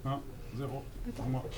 1-0 pour moi.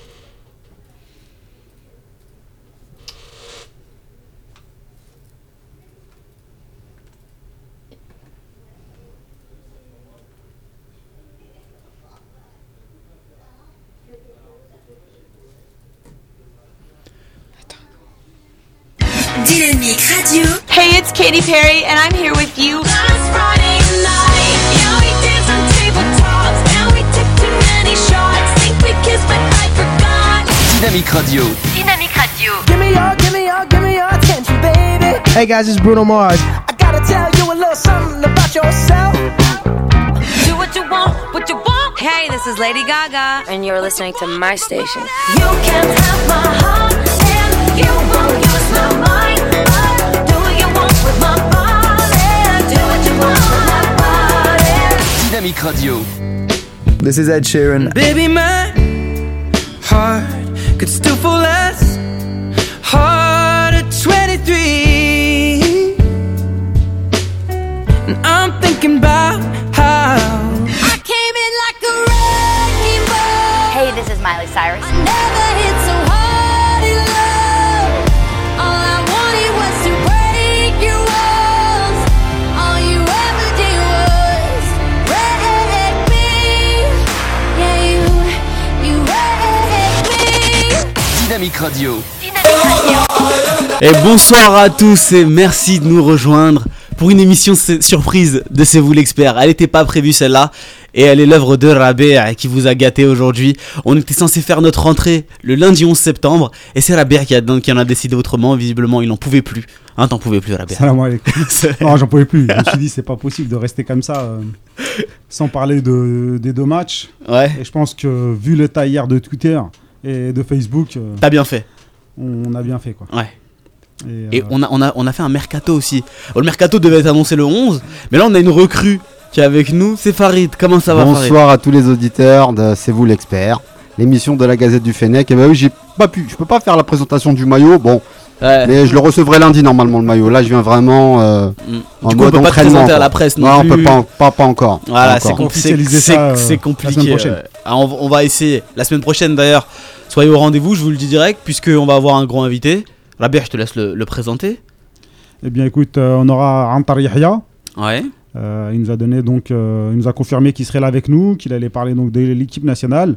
Dynamique Radio. Hey, it's Katy Perry, and I'm here with you. Last Friday night, yeah, we danced on tabletops. Now we took too many shots. Think we kissed, but I forgot. Dynamique Radio. Dynamique Radio. Give me your attention, baby. Hey guys, it's Bruno Mars. I gotta tell you a little something about yourself. Do what you want, what you want. Hey, this is Lady Gaga, and you're listening to my station. You can't have my heart, and you won't use my mind. But do what you want with my body. Do what you want with my body. Dynamique Radio. This is Ed Sheeran. Baby, my heart could still fall less hard at 23. And I'm thinking about how I came in like a wrecking ball. Hey, this is Miley Cyrus. I never hit so hard in love. All I wanted was to break your walls. All you ever did was wreck me. Yeah, you wrecked me. Dynamique Radio. Et bonsoir à tous et merci de nous rejoindre pour une émission surprise de C'est vous l'expert. Elle n'était pas prévue celle-là et elle est l'œuvre de Rabea qui vous a gâté aujourd'hui. On était censé faire notre rentrée le lundi 11 septembre et c'est Rabea qui en a décidé autrement. Visiblement il n'en pouvait plus. Hein, t'en pouvais plus Rabea. Salam alaikum. Non, j'en pouvais plus. Je me suis dit, c'est pas possible de rester comme ça sans parler des deux matchs. Ouais. Et je pense que vu l'état hier de Twitter et de Facebook, T'as bien fait. on a bien fait quoi. Ouais. Et, Et on a fait un mercato aussi. Bon, le mercato devait être annoncé le 11, mais là on a une recrue qui est avec nous, c'est Farid. Comment ça va Farid? Bonsoir à tous les auditeurs de C'est vous l'expert, l'émission de la Gazette du Fennec. Et bah oui, je peux pas faire la présentation du maillot, bon, Ouais. mais je le recevrai lundi normalement le maillot. Là je viens vraiment en Du coup, on mode peut pas te entraînement. présenter à quoi. la presse non Ouais, on plus. peut pas encore. Voilà, Pas encore. Officialiser ça, c'est la compliqué. semaine prochaine. On va essayer. La semaine prochaine d'ailleurs, soyez au rendez-vous, je vous le dis direct, puisqu'on va avoir un gros invité. Rabia, je te laisse le présenter. Eh bien écoute, on aura Antar Yahya. Ouais. Il nous a donné donc, il nous a confirmé qu'il serait là avec nous, qu'il allait parler donc de l'équipe nationale,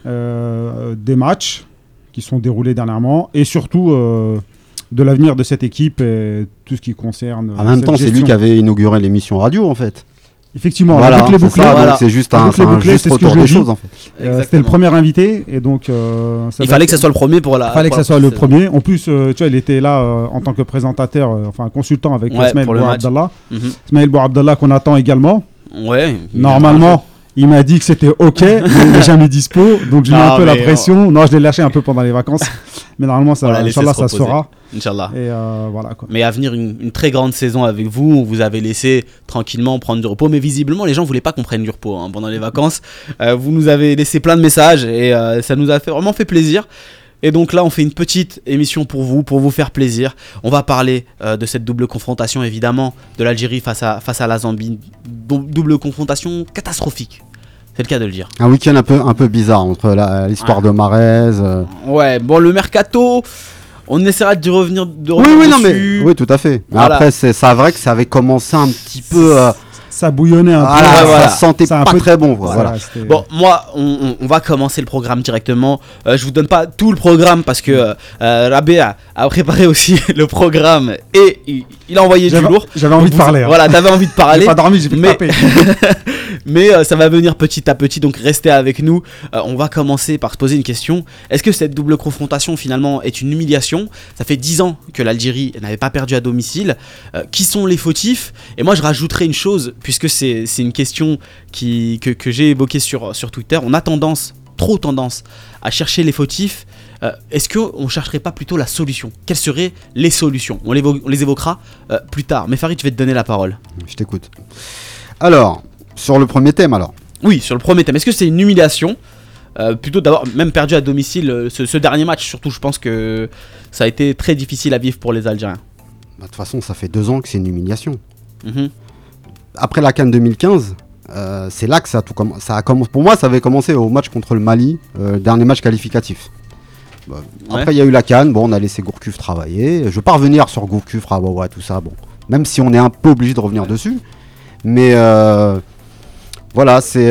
des matchs qui sont déroulés dernièrement et surtout de l'avenir de cette équipe et tout ce qui concerne. En même cette temps, c'est lui gestion. qui avait inauguré l'émission radio en fait. Effectivement, Voilà, avec les c'est bouclés. ça, donc voilà. c'est juste La un, boucle c'est un bouclée, juste c'est ce que retour je des dis. choses en fait. C'était le premier invité et donc ça Il va fallait être- que ça soit le premier pour la. fallait que pour ça la- soit le premier. En plus, tu vois, il était là en tant que présentateur, enfin consultant avec Ouais, Ismaël pour le match. Bouabdallah. Mhm. Ismaël Bouabdallah qu'on attend également. Ouais. Normalement, il m'a dit que c'était OK, mais il n'est jamais dispo. Donc je mets Non, un peu la mais pression. Non, je l'ai lâché un peu pendant les vacances. Mais normalement, ça, On l'a laissé Inch'Allah, se ça se reposer. fera. Inch'Allah. Et voilà quoi. Mais à venir une très grande saison avec vous. On vous avait laissé tranquillement prendre du repos. Mais visiblement, les gens voulaient pas qu'on prenne du repos hein, pendant les vacances. Vous nous avez laissé plein de messages et ça nous a vraiment fait plaisir. Et donc là, on fait une petite émission pour vous faire plaisir. On va parler de cette double confrontation, évidemment, de l'Algérie face à la Zambie. Double confrontation catastrophique. C'est le cas de le dire. Un week-end un peu bizarre entre l'histoire de Mahrez. Ouais, bon, le mercato, on essaiera de revenir Oui, non, mais dessus. oui, tout à fait. Mais Voilà. après, c'est vrai que ça avait commencé un petit peu. Ça bouillonnait un peu. Voilà, voilà. ça sentait C'est un pas peu- très bon. Quoi, voilà. c'était- Bon, moi, on va commencer le programme directement. Je vous donne pas tout le programme parce que Rabea a préparé aussi le programme et il a envoyé du lourd. J'avais envie de parler. hein. Voilà, t'avais envie de J'ai parler. pas dormi, j'ai fait mais- taper. Mais ça va venir petit à petit, donc restez avec nous. On va commencer par se poser une question. Est-ce que cette double confrontation finalement est une humiliation? Ça fait 10 ans que l'Algérie n'avait pas perdu à domicile. Qui sont les fautifs? Et moi je rajouterai une chose, puisque c'est une question que j'ai évoquée sur Twitter. On a trop tendance à chercher les fautifs. Est-ce qu'on ne chercherait pas plutôt la solution? Quelles seraient les solutions? On les évoquera plus tard. Mais Farid, je vais te donner la parole. Je t'écoute. Alors, sur le premier thème, alors. Oui, sur le premier thème, est-ce que c'est une humiliation plutôt d'avoir même perdu à domicile ce dernier match? Surtout, je pense que ça a été très difficile à vivre pour les Algériens. Bah, de toute façon, ça fait 2 ans que c'est une humiliation. Mhm. Après la CAN 2015, c'est là que ça a commencé. Pour moi, ça avait commencé au match contre le Mali, dernier match qualificatif. Après, il y a eu la CAN. Bon, on a laissé Gourcuff travailler. Je veux pas revenir sur Gourcuff, tout ça. Bon, même si on est un peu obligé de revenir dessus. Mais voilà, c'est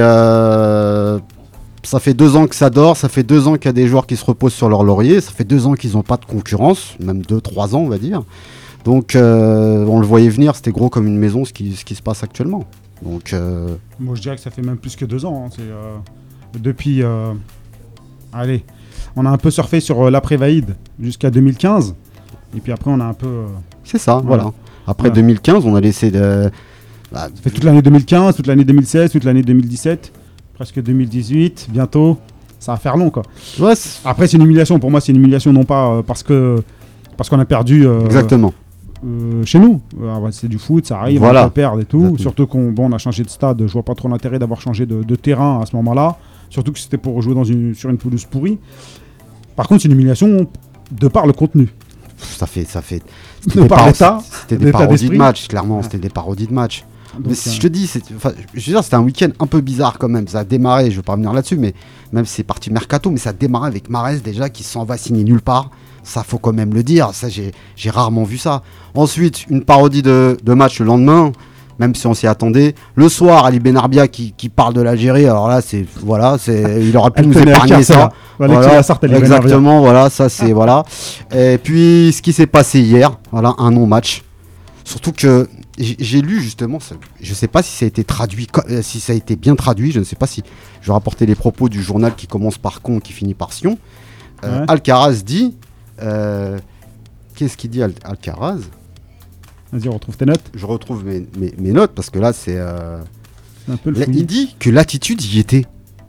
ça fait 2 ans que ça dort. Ça fait 2 ans qu'il y a des joueurs qui se reposent sur leur laurier. Ça fait 2 ans qu'ils n'ont pas de concurrence, même 2-3 ans, on va dire. Donc, on le voyait venir. C'était gros comme une maison, ce qui se passe actuellement. Donc, moi, je dirais que ça fait même plus que 2 ans. Hein. C'est depuis. Allez. On a un peu surfé sur l'après-Vaïd jusqu'à 2015. Et puis après, on a un peu... C'est ça, voilà. Après 2015, on a laissé de... ça fait toute l'année 2015, toute l'année 2016, toute l'année 2017, presque 2018, bientôt. Ça va faire long, quoi. Ouais, après, c'est une humiliation. Pour moi, c'est une humiliation, non pas parce qu'on a perdu... Exactement. Chez nous. C'est du foot, ça arrive, voilà. On peut perdre et tout. Exactement. Surtout qu'on a changé de stade. Je vois pas trop l'intérêt d'avoir changé de terrain à ce moment-là. Surtout que c'était pour jouer sur une pelouse pourrie. Par contre, c'est une humiliation de par le contenu. C'était des des parodies de match, clairement. C'était des parodies de match. Donc, mais si je te dis, c'était un week-end un peu bizarre quand même. Ça a démarré, je veux pas revenir là-dessus, mais même si c'est parti mercato, mais ça a démarré avec Mahrez déjà qui s'en va signer nulle part. Ça, faut quand même le dire. Ça, j'ai rarement vu ça. Ensuite, une parodie de match le lendemain. Même si on s'y attendait. Le soir, Ali Benarbia qui parle de l'Algérie, alors là, il aurait pu nous épargner ça. Voilà, exactement, voilà, ça c'est voilà. Et puis, ce qui s'est passé hier, voilà, un non-match. Surtout que j'ai lu justement, je sais pas si ça a été traduit, si ça a été bien traduit, je ne sais pas si je vais rapporter les propos du journal qui commence par con, qui finit par Sion. Alcaraz dit, qu'est-ce qu'il dit Alcaraz? Vas-y, retrouve tes notes. Je retrouve mes notes parce que là, c'est un peu le il dit que l'attitude y était.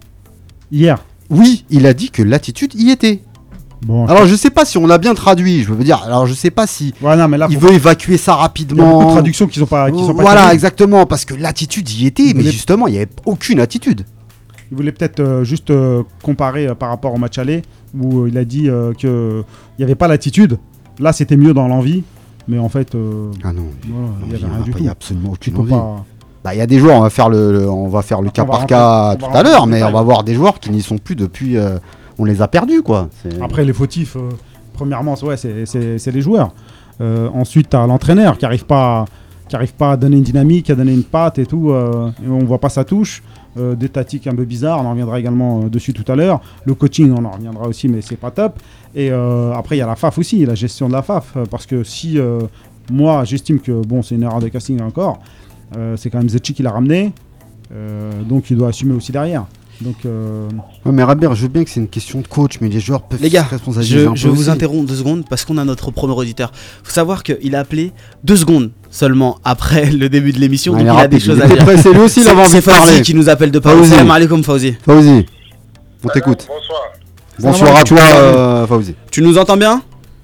Hier. Oui, il a dit que l'attitude y était. Bon, alors, je sais pas si on l'a bien traduit. Je veux dire, alors je sais pas si non, mais là, il veut évacuer ça rapidement. Il y a beaucoup de traductions qui sont pas. Voilà, exactement, parce que l'attitude y était, mais justement, il y avait aucune attitude. Il voulait peut-être juste comparer par rapport au match aller où il a dit que il y avait pas l'attitude. Là, c'était mieux dans l'envie. Mais en fait, ah non, il y a absolument aucune envie. Il y a des joueurs, on va faire le cas par cas tout à l'heure, mais on va voir des joueurs qui n'y sont plus depuis. On les a perdus, quoi. Après, les fautifs, premièrement, c'est les joueurs. Ensuite, tu as l'entraîneur qui arrive pas à donner une dynamique, à donner une patte et tout. Et on voit pas sa touche. Des tactiques un peu bizarres, on en reviendra également dessus tout à l'heure. Le coaching, on en reviendra aussi, mais c'est pas top. Et après, il y a la FAF aussi, la gestion de la FAF. Parce que si moi, j'estime que c'est une erreur de casting encore, c'est quand même Zetchi qui l'a ramené. Donc, il doit assumer aussi derrière. Donc, ouais, mais Rabir, je veux bien que c'est une question de coach, mais les joueurs peuvent les gars, se responsabiliser un peu. Je vous interromps 2 secondes parce qu'on a notre premier auditeur. Faut savoir qu'il a appelé 2 secondes seulement après le début de l'émission, donc il a des choses à dire. C'est lui aussi, il avait envie de parler. C'est Fauzi qui nous appelle de Paris. Salam alaikum Fauzi. Fauzi, on t'écoute. Bonsoir. Bonsoir à toi, Fauzi. Tu nous entends bien?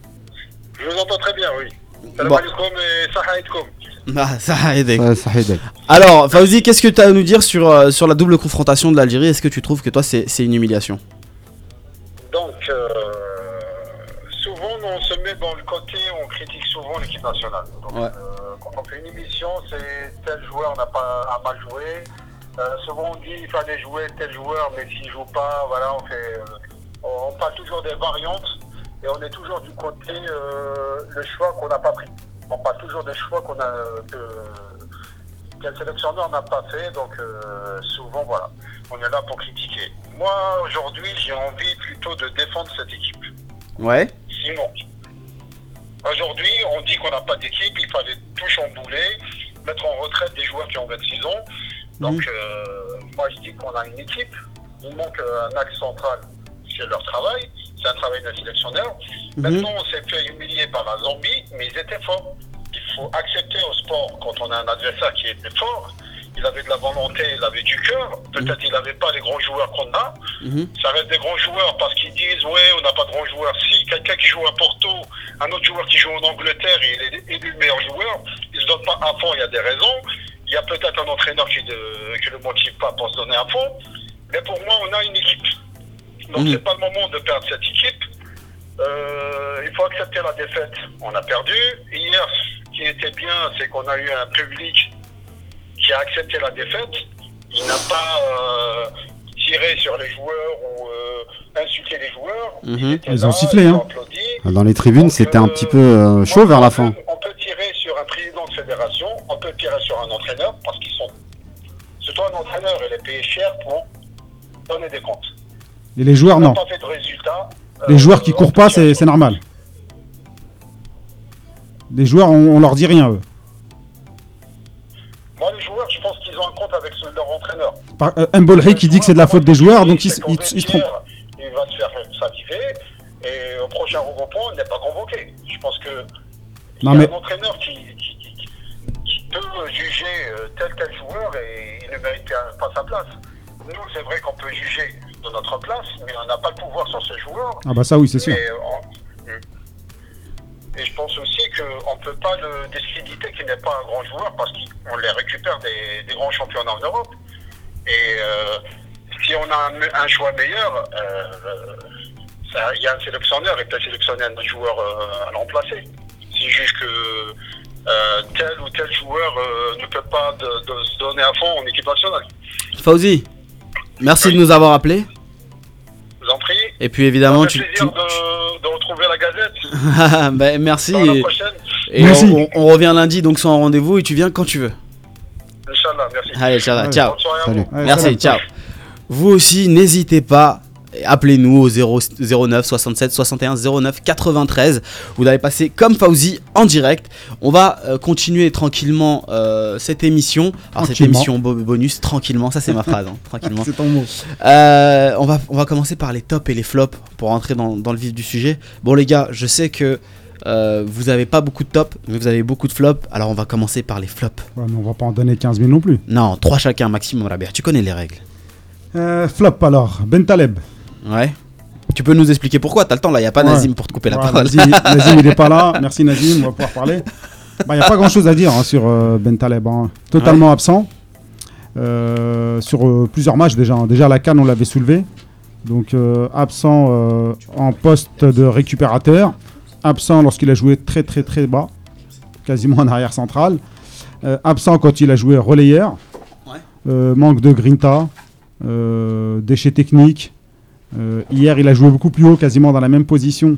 Je vous entends très bien, oui. Salam alaikum et sahaïdkoum. Ça a aidé. Ça. Alors, Fauzi, qu'est-ce que tu as à nous dire sur la double confrontation de l'Algérie? Est-ce que tu trouves que toi, c'est une humiliation? Donc, souvent, on se met dans le côté, on critique souvent l'équipe nationale. Donc, quand on fait une émission, c'est tel joueur n'a pas à mal joué. Souvent, on dit qu'il fallait jouer tel joueur, mais s'il ne joue pas, voilà, on parle toujours des variantes et on est toujours du côté le choix qu'on n'a pas pris. On parle toujours des choix qu'un sélectionneur n'a pas fait, donc souvent voilà, on est là pour critiquer. Moi aujourd'hui j'ai envie plutôt de défendre cette équipe. Ouais. Sinon, aujourd'hui on dit qu'on n'a pas d'équipe, il fallait tout chambouler, mettre en retraite des joueurs qui ont 26 ans. Donc moi je dis qu'on a une équipe, il manque un axe central, c'est leur travail. C'est un travail d'un sélectionneur. Maintenant, on s'est fait humilier par la Zambie, mais ils étaient forts. Il faut accepter au sport, quand on a un adversaire qui était fort, il avait de la volonté, il avait du cœur. Peut-être il n'avait pas les grands joueurs qu'on a. Ça reste des grands joueurs parce qu'ils disent « Ouais, on n'a pas de grands joueurs ». Si quelqu'un qui joue à Porto, un autre joueur qui joue en Angleterre, et il est élu le meilleur joueur, il ne se donne pas à fond, il y a des raisons. Il y a peut-être un entraîneur qui ne le motive pas pour se donner à fond. Mais pour moi, on a une équipe. Donc c'est pas le moment de perdre cette équipe. Il faut accepter la défaite. On a perdu. Hier, ce qui était bien, c'est qu'on a eu un public qui a accepté la défaite. Il n'a pas tiré sur les joueurs ou insulté les joueurs. Ils ont sifflé. Hein. Dans les tribunes, c'était un petit peu chaud vers la fin. On peut tirer sur un président de fédération, on peut tirer sur un entraîneur, parce qu'ils sont... C'est toi un entraîneur, il est payé cher pour donner des comptes. Et les joueurs, on n'a non. pas fait de résultat. Les joueurs qui courent pas, c'est normal. Les joueurs, on leur dit rien, eux. Moi, les joueurs, je pense qu'ils ont un compte avec leur entraîneur. Mbolhi qui dit que c'est de la faute des joueurs, donc il se trompe. Il va se faire saliver, et au prochain regroupement, il n'est pas convoqué. Je pense que il y a un entraîneur qui peut juger tel joueur et il ne mérite pas sa place. Nous, c'est vrai qu'on peut juger de notre place, mais on n'a pas le pouvoir sur ce joueur. Ah bah ça oui, c'est sûr. Et je pense aussi qu'on ne peut pas le discréditer qu'il n'est pas un grand joueur parce qu'on les récupère des grands championnats en Europe. Et si on a un choix meilleur, il y a un sélectionneur, il peut sélectionner un autre joueur à l'emplacer. S'il juge que tel ou tel joueur ne peut pas de se donner à fond en équipe nationale. Fauzi, merci de nous avoir appelés. Je vous en prie. Et puis évidemment, ça fait plaisir de retrouver la Gazette. Ben, merci. Dans la prochaine. Et merci. On revient lundi, donc sans rendez-vous, et tu viens quand tu veux. Inch'Allah, merci. Allez, Inch'Allah, ciao. Bonne soirée à Salut. vous. Ouais, Merci, salut. ciao. Vous aussi, n'hésitez pas. Appelez-nous au 09 67 61 09 93. Vous allez passer comme Fauzi en direct. On va continuer tranquillement cette émission. Alors cette émission bonus, tranquillement, ça c'est ma phrase. Hein, tranquillement. C'est ton mot. On va commencer par les tops et les flops pour rentrer dans le vif du sujet. Bon les gars, je sais que vous avez pas beaucoup de tops, mais vous avez beaucoup de flops. Alors on va commencer par les flops. Ouais, mais on va pas en donner 15 000 non plus. Non, 3 chacun maximum, Rabia. Tu connais les règles. Flop alors, Bentaleb. Ouais. Tu peux nous expliquer pourquoi? T'as le temps là, y a pas Nazim pour te couper la parole. Nazim il est pas là. Merci Nazim, on va pouvoir parler. Bah, y a pas grand chose à dire hein, sur Bentaleb. Hein. Totalement absent. Sur plusieurs matchs déjà. Déjà la CAN on l'avait soulevé. Donc absent en poste de récupérateur. Absent lorsqu'il a joué très très très bas. Quasiment en arrière central. Absent quand il a joué relayeur. Manque de grinta. Déchets techniques. Hier, il a joué beaucoup plus haut, quasiment dans la même position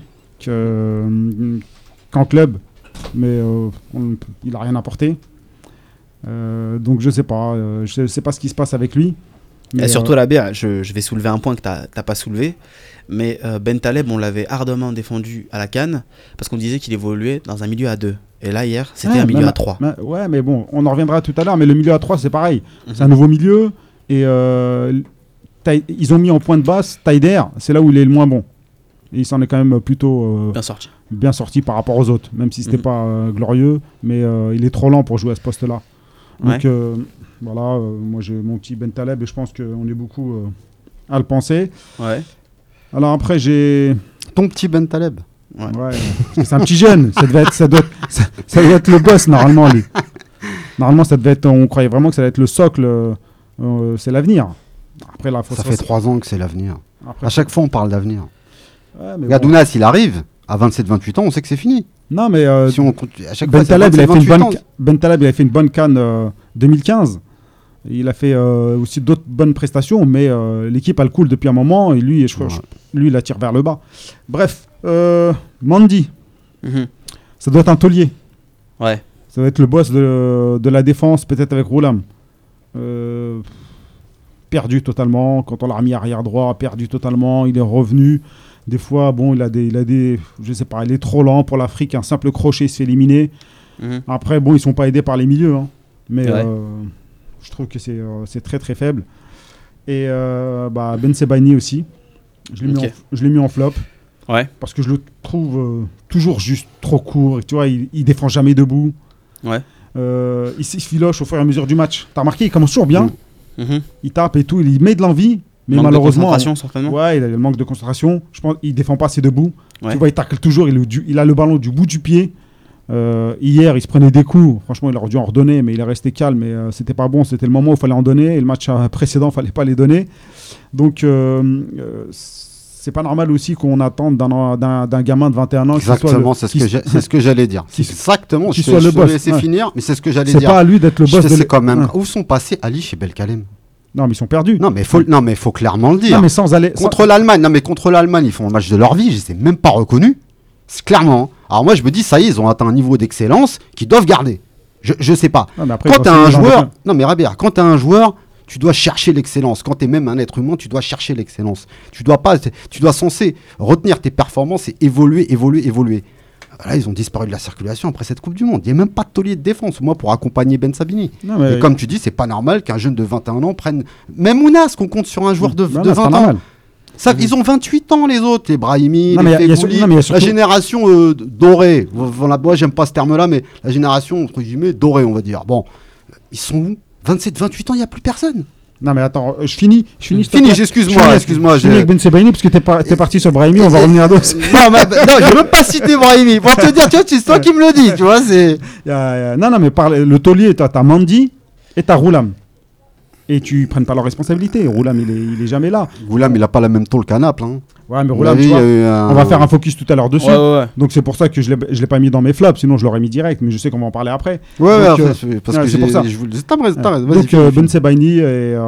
qu'en club, mais il n'a rien apporté. Donc je sais pas ce qui se passe avec lui. Mais et surtout Rabia, je vais soulever un point que t'as pas soulevé, mais Bentaleb, on l'avait ardemment défendu à la CAN parce qu'on disait qu'il évoluait dans un milieu à 2. Et là hier, c'était un milieu à 3. Ouais, mais bon, on en reviendra tout à l'heure, mais le milieu à 3, c'est pareil. C'est un nouveau milieu et ils ont mis en point de basse Taider, c'est là où il est le moins bon. Et il s'en est quand même plutôt bien sorti par rapport aux autres, même si c'était pas glorieux, mais il est trop lent pour jouer à ce poste-là. Donc voilà, moi j'ai mon petit Bentaleb et je pense qu'on est beaucoup à le penser. Ouais. Alors après j'ai ton petit Bentaleb. Ouais, c'est un petit jeune, ça doit être le boss normalement lui. Normalement ça devait être, on croyait vraiment que ça allait être le socle, c'est l'avenir. Après, là, ça fait 3 ans que c'est l'avenir. Après, à chaque fois, on parle d'avenir. Ouais, Gadounas, il arrive. À 27-28 ans, on sait que c'est fini. Non, mais si on continue, à chaque Bentaleb, fois, Bentaleb, il a fait une bonne CAN 2015. Il a fait aussi d'autres bonnes prestations, mais l'équipe a le cool depuis un moment. Et lui, lui, il la tire vers le bas. Bref, Mandy, ça doit être un taulier. Ouais. Ça doit être le boss de la défense, peut-être avec Roulam. Perdu totalement, quand on l'a remis arrière droit, perdu totalement, il est revenu. Des fois, bon, il a des je sais pas, il est trop lent pour l'Afrique, un simple crochet, il se fait éliminer. Après, bon, ils sont pas aidés par les milieux, hein, mais je trouve que c'est très très faible. Et Ben Sebaini aussi, je l'ai mis en flop, parce que je le trouve toujours juste trop court, et, tu vois, il défend jamais debout. Il se filoche au fur et à mesure du match. T'as remarqué, il commence toujours bien. Il tape et tout, il met de l'envie, mais malheureusement, il a le manque de concentration. Je pense qu'il défend pas assez debout. Tu vois, il tacle toujours, il a le ballon du bout du pied. Hier, il se prenait des coups. Franchement, il aurait dû en redonner, mais il est resté calme. Et c'était pas bon. C'était le moment où il fallait en donner. Et le match précédent, il fallait pas les donner. Donc, c'est pas normal aussi qu'on attende d'un gamin de 21 ans. Exactement, c'est ce que j'allais dire. Exactement, je te laissais finir, mais c'est ce que j'allais dire. C'est pas à lui d'être le boss. C'est quand même où sont passés Ali chez Belkalem. Non, mais ils sont perdus. Non, mais faut clairement le dire. Non, mais sans aller. Contre l'Allemagne, ils font un match de leur vie, je les ai même pas reconnus. C'est clairement. Alors moi, je me dis, ça y est, ils ont atteint un niveau d'excellence qu'ils doivent garder. Je sais pas. Non, mais après, quand t'as un joueur. Non, mais Rabia, quand t'as un joueur, tu dois chercher l'excellence. Quand t'es même un être humain, tu dois chercher l'excellence. Tu dois censé retenir tes performances et évoluer. Là, ils ont disparu de la circulation après cette Coupe du Monde. Il n'y a même pas de taulier de défense, moi, pour accompagner Ben Sabini. Non, mais... Et comme tu dis, c'est pas normal qu'un jeune de 21 ans prenne. Même Ounas, qu'on compte sur un joueur de 20 ans. Ça, ils ont 28 ans, les autres, les Brahimi, les Fegouli, la génération dorée. Voilà, moi, j'aime pas ce terme-là, mais la génération, entre guillemets, dorée, on va dire. Bon, ils sont où 27, 28 ans, il n'y a plus personne. Non mais attends, je finis. Excuse-moi. Je finis avec Ben Sebaini parce que t'es parti sur Brahimi, on va revenir à d'autres. non, je veux même pas citer Brahimi. Pour te dire, tu vois, c'est toi qui me le dis, tu vois, c'est... Non, mais le taulier, t'as Mandy et t'as Roulam. Et tu prennent pas leurs responsabilités. Roulam, il est jamais là. Roulam, il a pas la même tôle qu'un Naples. Hein. Ouais, mais Roulam, tu vois, on va faire un focus tout à l'heure dessus. Ouais. Donc c'est pour ça que je l'ai pas mis dans mes flops, sinon je l'aurais mis direct. Mais je sais qu'on va en parler après. Parce que c'est pour ça. Donc Ben Sebaini,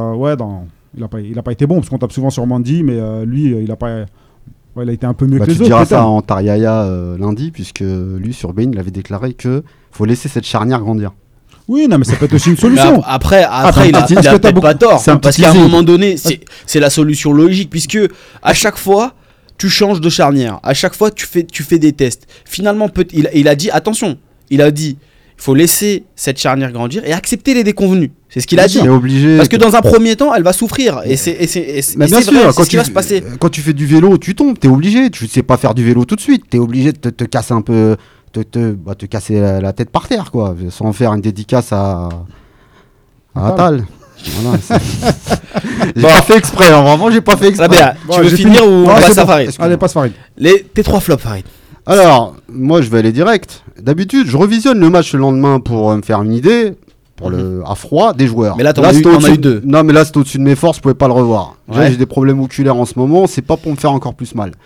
il a pas été bon parce qu'on tape souvent sur Mandy, mais lui, il a pas. Ouais, il a été un peu mieux que les autres. Tu diras ça en Tariaya lundi, puisque lui sur Bein, il avait déclaré que faut laisser cette charnière grandir. Oui, non, mais ça peut être aussi une solution. Après, il a peut-être pas tort. Parce qu'à un moment donné, c'est la solution logique, puisque à chaque fois, tu changes de charnière. À chaque fois, tu fais des tests. Finalement, il a dit, attention, il faut laisser cette charnière grandir et accepter les déconvenus. C'est ce qu'il a dit. Obligé. Parce que dans un premier temps, elle va souffrir. Et c'est bien sûr, vrai, c'est ce qui va se passer. Quand tu fais du vélo, tu tombes, t'es obligé. Tu sais pas faire du vélo tout de suite. T'es obligé de te casser un peu... te casser la tête par terre, quoi, sans faire une dédicace à Attal. Voilà, j'ai pas fait exprès, hein, vraiment, j'ai pas fait exprès. Tu veux finir ou on passe à Farid? Allez, passe Farid. Tes 3 flops, Farid. Alors, moi, je vais aller direct. D'habitude, je revisionne le match le lendemain pour me faire une idée, à froid, des joueurs. Mais là, t'en as eu 2. Non, mais là, c'était au-dessus de mes forces, je pouvais pas le revoir. J'ai des problèmes oculaires en ce moment, c'est pas pour me faire encore plus mal.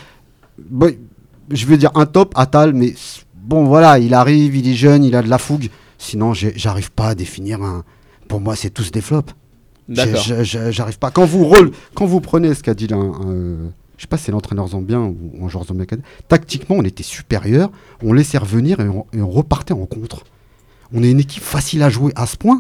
Je vais dire un top, Attal, mais bon, voilà, il arrive, il est jeune, il a de la fougue. Sinon, j'arrive pas à définir un... Pour moi, c'est tous des flops. D'accord. J'arrive pas. Quand vous prenez ce qu'a dit je sais pas si c'est l'entraîneur zambien ou un joueur zambien, tactiquement, on était supérieur, on laissait revenir et on repartait en contre. On est une équipe facile à jouer à ce point.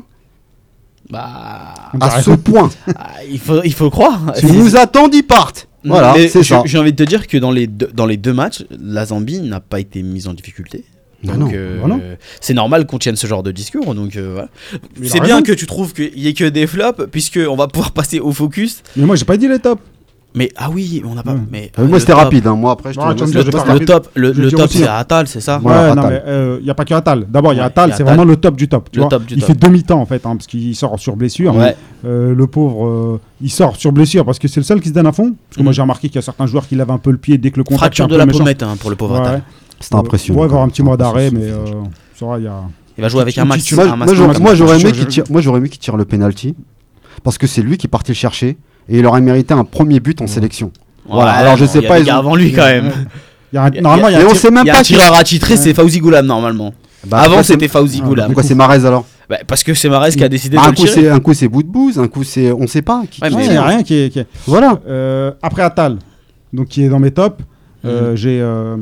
À ce point. Il faut croire. Si on nous attend, ils partent. Voilà, c'est ça. J'ai envie de te dire que dans les 2 matchs, la Zambie n'a pas été mise en difficulté. Donc c'est normal qu'on tienne ce genre de discours. Donc voilà. C'est bien que tu trouves qu'il n'y ait que des flops, puisqu'on va pouvoir passer au focus. Mais moi j'ai pas dit les tops. Mais oui, on n'a pas. Mais moi c'était rapide. Moi après le top c'est Attal, c'est ça. Ouais, non mais il y a pas que Attal. D'abord il y a Attal, c'est vraiment le top du top. Il fait demi-temps en fait, parce qu'il sort sur blessure. Le pauvre, il sort sur blessure parce que c'est le seul qui se donne à fond. Parce que moi j'ai remarqué qu'il y a certains joueurs qui lavent un peu le pied dès que le contact. Fracture de la pommette pour le pauvre Attal. C'est impressionnant. Il va avoir un petit mois d'arrêt, mais il va jouer avec un max. Moi j'aurais aimé qu'il tire le penalty parce que c'est lui qui partait le chercher. Et il aurait mérité un premier but en sélection. Voilà. Alors je sais pas. Il y a avant lui quand même. Normalement, il y a un tireur attitré, c'est Fawzi Goulam normalement. Avant c'était Fawzi Goulam. Pourquoi c'est Mahrez alors? Parce que c'est Mahrez qui a décidé de le tirer. Un coup c'est Boudbouz, un coup c'est on sait pas. Il y a rien qui est. Voilà. Après Attal, donc qui est dans mes tops, j'ai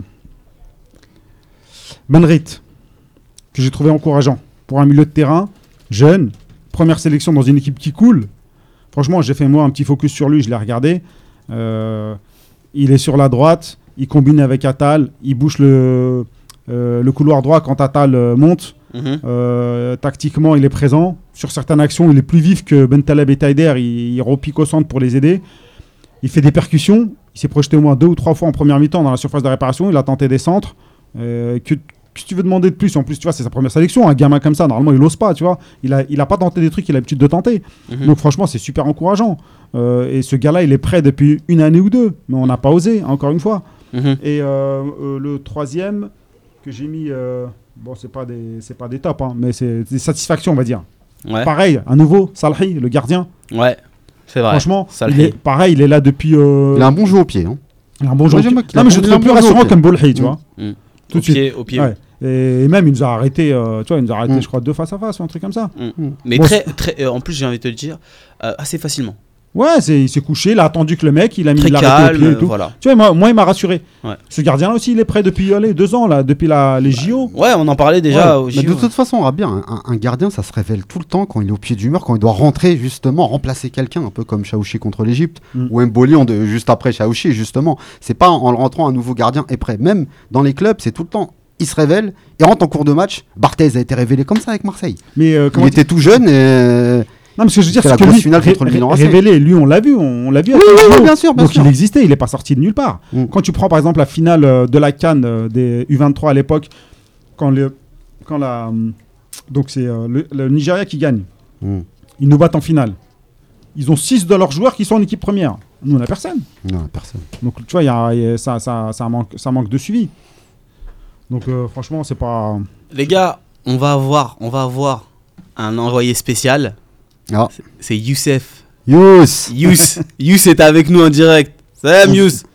Benrit que j'ai trouvé encourageant pour un milieu de terrain jeune, première sélection dans une équipe qui coule. Franchement, j'ai fait moi un petit focus sur lui, je l'ai regardé. Il est sur la droite, il combine avec Attal, il bouche le couloir droit quand Attal monte. Tactiquement, il est présent. Sur certaines actions, il est plus vif que Bentaleb et Taider. Il repique au centre pour les aider. Il fait des percussions. Il s'est projeté au moins 2 ou 3 fois en première mi-temps dans la surface de réparation. Il a tenté des centres. Que tu veux demander de plus? En plus, tu vois, c'est sa première sélection. Un gamin comme ça, normalement, il n'ose pas, tu vois. Il a pas tenté des trucs qu'il a l'habitude de tenter. Donc, franchement, c'est super encourageant. Et ce gars-là, il est prêt depuis 1 année ou 2. Mais on n'a pas osé, encore une fois. Et le troisième que j'ai mis... bon, c'est pas des tops, hein, mais c'est des satisfactions, on va dire. Pareil, à nouveau, Salhi, le gardien. Ouais, c'est vrai. Franchement, il est là depuis... Il a un bon jeu au pied. Hein. Il a un bon jeu au pied. Non, mais je trouve plus rassurant comme Bolhi, tu vois. Tout de suite. Au pied. Ouais. Et même, il nous a arrêté, je crois, 2 face à face ou un truc comme ça. Mais Bon, en plus, j'ai envie de te le dire, assez facilement. Ouais, il s'est couché, il a attendu que le mec, il a mis Très l'arrêté au pied et calme, tout. voilà. Tu vois, moi, il m'a rassuré. Ouais. Ce gardien-là aussi, il est prêt depuis 2 ans, là, depuis les JO. Ouais, on en parlait déjà au Mais JO. de toute façon, on aura bien un gardien, ça se révèle tout le temps quand il est au pied du mur, quand il doit rentrer justement, remplacer quelqu'un, un peu comme Chaouchi contre l'Égypte, ou Mboli juste après Chaouchi, justement. C'est pas en rentrant un nouveau gardien est prêt. Même dans les clubs, c'est tout le temps. Il se révèle et rentre en cours de match. Barthez a été révélé comme ça avec Marseille. Mais il était tout jeune et... Non, mais ce que je veux dire, c'est c'est la que grosse lui, finale contre le Milan AC. révélé, lui, on l'a vu. Oui, bien sûr. Donc il existait, il est pas sorti de nulle part. Quand tu prends par exemple la finale de la CAN des U23 à l'époque, donc c'est le Nigeria qui gagne. Ils nous battent en finale. Ils ont 6 de leurs joueurs qui sont en équipe première. Nous, on n'a personne. Non, personne. Donc tu vois, ça manque de suivi. Donc franchement, c'est pas. Les gars, on va avoir un envoyé spécial. Ah. C'est Youssef. Youss est avec nous en direct. Salam Youss.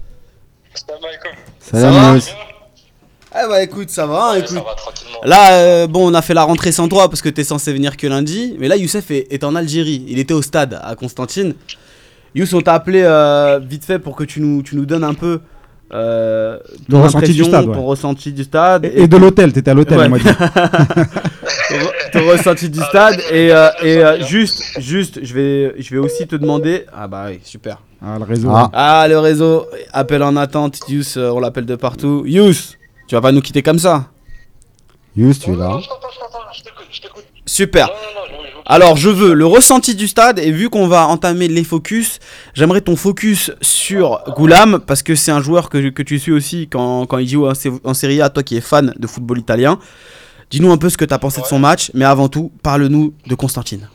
Salam Youss. Eh bah écoute, ça va, écoute. Ça va tranquillement. Là, bon, on a fait la rentrée sans toi parce que t'es censé venir que lundi. Mais là, Youssef est en Algérie. Il était au stade à Constantine. Youss, on t'a appelé vite fait pour que tu nous donnes un peu ton ressenti du stade. Ton ressenti du stade. Et de l'hôtel, t'étais à l'hôtel, ouais. on m'a dit. ton ressenti du stade. Et juste, je vais aussi te demander. Ah bah oui, super. Ah, le réseau. Le réseau. Appel en attente. Youss, on l'appelle de partout. Youss, tu vas pas nous quitter comme ça. Youss, tu es là. Je t'écoute. Super. Alors, je veux le ressenti du stade et vu qu'on va entamer les focus, j'aimerais ton focus sur Goulam parce que c'est un joueur que tu suis aussi quand il joue en Serie A, toi qui es fan de football italien. Dis-nous un peu ce que tu as pensé de son match, mais avant tout, parle-nous de Constantine.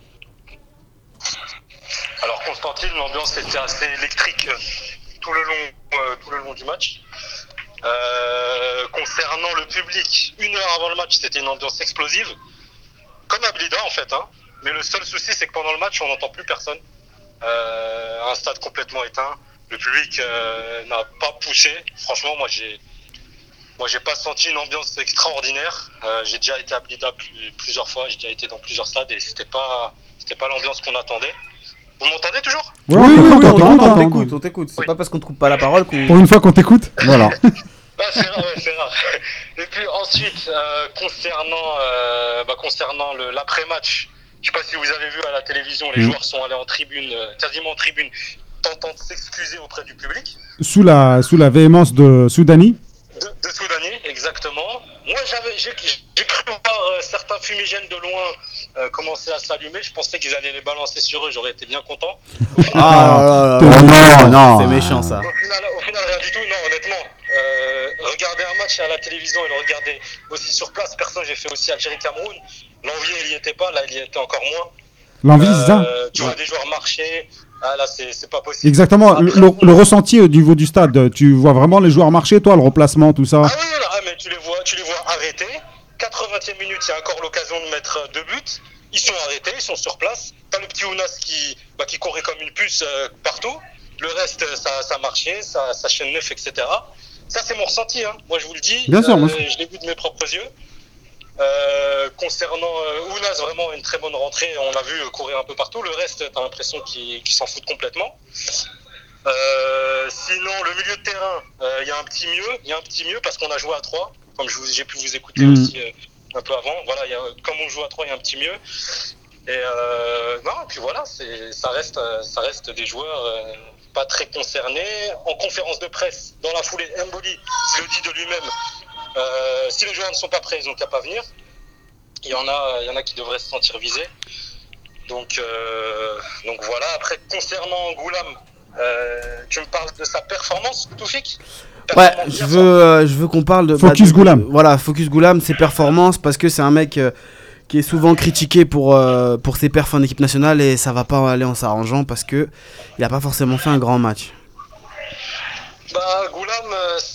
Alors Constantine, l'ambiance était assez électrique tout le long du match. Concernant le public, 1 heure avant le match, c'était une ambiance explosive. Comme à Blida en fait, hein. Mais le seul souci, c'est que pendant le match, on n'entend plus personne. Un stade complètement éteint. Le public n'a pas poussé. Franchement, moi, j'ai pas senti une ambiance extraordinaire. J'ai déjà été à Blida plusieurs fois. J'ai déjà été dans plusieurs stades et c'était pas l'ambiance qu'on attendait. Vous m'entendez toujours ? Oui, on t'écoute. C'est pas parce qu'on te coupe pas la parole qu'on... Pour une fois qu'on t'écoute. Voilà. C'est rare. Et puis ensuite, concernant l'après-match, je sais pas si vous avez vu à la télévision, les joueurs sont allés en tribune, quasiment en tribune, tentant de s'excuser auprès du public. Sous la véhémence de Soudani. De Soudani, exactement. Moi, j'ai cru voir certains fumigènes de loin commencer à s'allumer. Je pensais qu'ils allaient les balancer sur eux, j'aurais été bien content. Non, c'est méchant ça. Au final, rien du tout. Non, honnêtement, regarder un match à la télévision et le regarder aussi sur place, perso, j'ai fait aussi Algérie-Cameroun. L'envie, elle y était pas, là, il y était encore moins. L'envie, c'est ça. Tu vois des joueurs marcher. Ah là, c'est pas possible. Exactement. Après, le ressenti au niveau du stade, tu vois vraiment les joueurs marcher, toi, le remplacement, tout ça. Ah oui, voilà, mais tu les vois arrêter. 80e minute, il y a encore l'occasion de mettre 2 buts. Ils sont arrêtés, ils sont sur place. T'as le petit Ounas qui courait comme une puce partout. Le reste, ça marchait, ça chaîne neuf, etc. Ça, c'est mon ressenti. Hein. Moi, je vous le dis. Bien sûr, je l'ai vu de mes propres yeux. Concernant Ounas, vraiment une très bonne rentrée. On l'a vu courir un peu partout. Le reste, t'as l'impression qu'ils s'en foutent complètement. Sinon, le milieu de terrain, il y a un petit mieux parce qu'on a joué à 3. Comme j'ai pu vous écouter aussi un peu avant. Voilà, comme on joue à 3, il y a un petit mieux. Et puis voilà, ça reste des joueurs pas très concernés. En conférence de presse, dans la foulée, Mboli le dit de lui-même. Si les joueurs ne sont pas prêts, ils n'ont qu'à pas venir. Il y en a qui devraient se sentir visés. Donc voilà. Après, concernant Goulam, tu me parles de sa performance, Toufik ? Ouais, je veux qu'on parle de Focus Goulam. Voilà, Focus Goulam, ses performances, parce que c'est un mec qui est souvent critiqué pour ses perfs en équipe nationale et ça va pas aller en s'arrangeant parce que il a pas forcément fait un grand match. Goulam,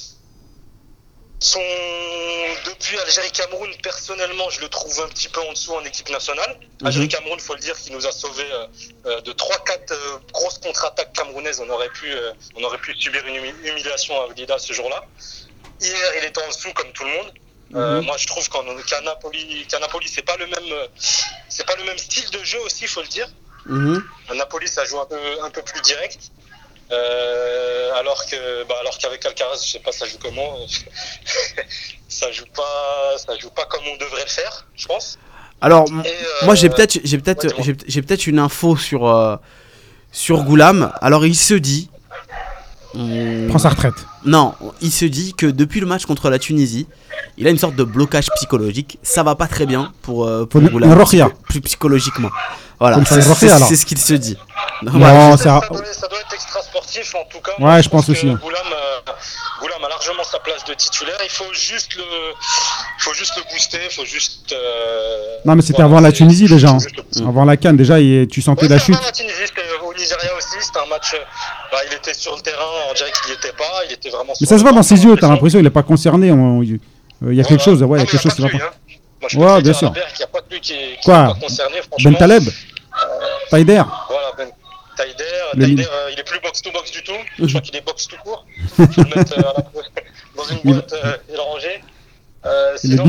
depuis Algérie-Cameroun, personnellement, je le trouve un petit peu en dessous en équipe nationale. Algérie-Cameroun, il faut le dire, qui nous a sauvés de 3-4 grosses contre-attaques camerounaises. On aurait pu subir une humiliation à Blida ce jour-là. Hier, il était en dessous comme tout le monde. Moi, je trouve qu'à Napoli, c'est pas le même style de jeu aussi, il faut le dire. À Napoli, ça joue un peu plus direct. Alors qu'avec Alcaraz, je sais pas, ça joue comment. ça joue pas comme on devrait le faire, je pense. Alors, moi j'ai peut-être une info sur Ghoulam. Alors il se dit. Prends sa retraite. Non, il se dit que depuis le match contre la Tunisie, il a une sorte de blocage psychologique. Ça va pas très bien pour Ghoulam. Plus psychologiquement. Voilà, c'est ce qu'il se dit. Non, ça doit être extra sportif en tout cas. Ouais, je pense aussi. Goulam a largement sa place de titulaire. Il faut juste le booster. Non, mais c'était avant la Tunisie déjà. Avant la CAN déjà, tu sentais la chute. Avant la Tunisie, au Nigeria aussi, c'était un match. Il était sur le terrain, on dirait qu'il n'y était pas. Il était vraiment. Mais ça se voit dans ses yeux. T'as l'impression qu'il est pas concerné. Il y a quelque chose. Ouais, il y a quelque chose qui va pas. Ouais, bien sûr. Quoi? Ben Taleb, Taider. Voilà, Ben Taider, il est plus box-to-box du tout. Je crois qu'il est box tout court. Je vais le mettre dans une boîte et le ranger. Sinon,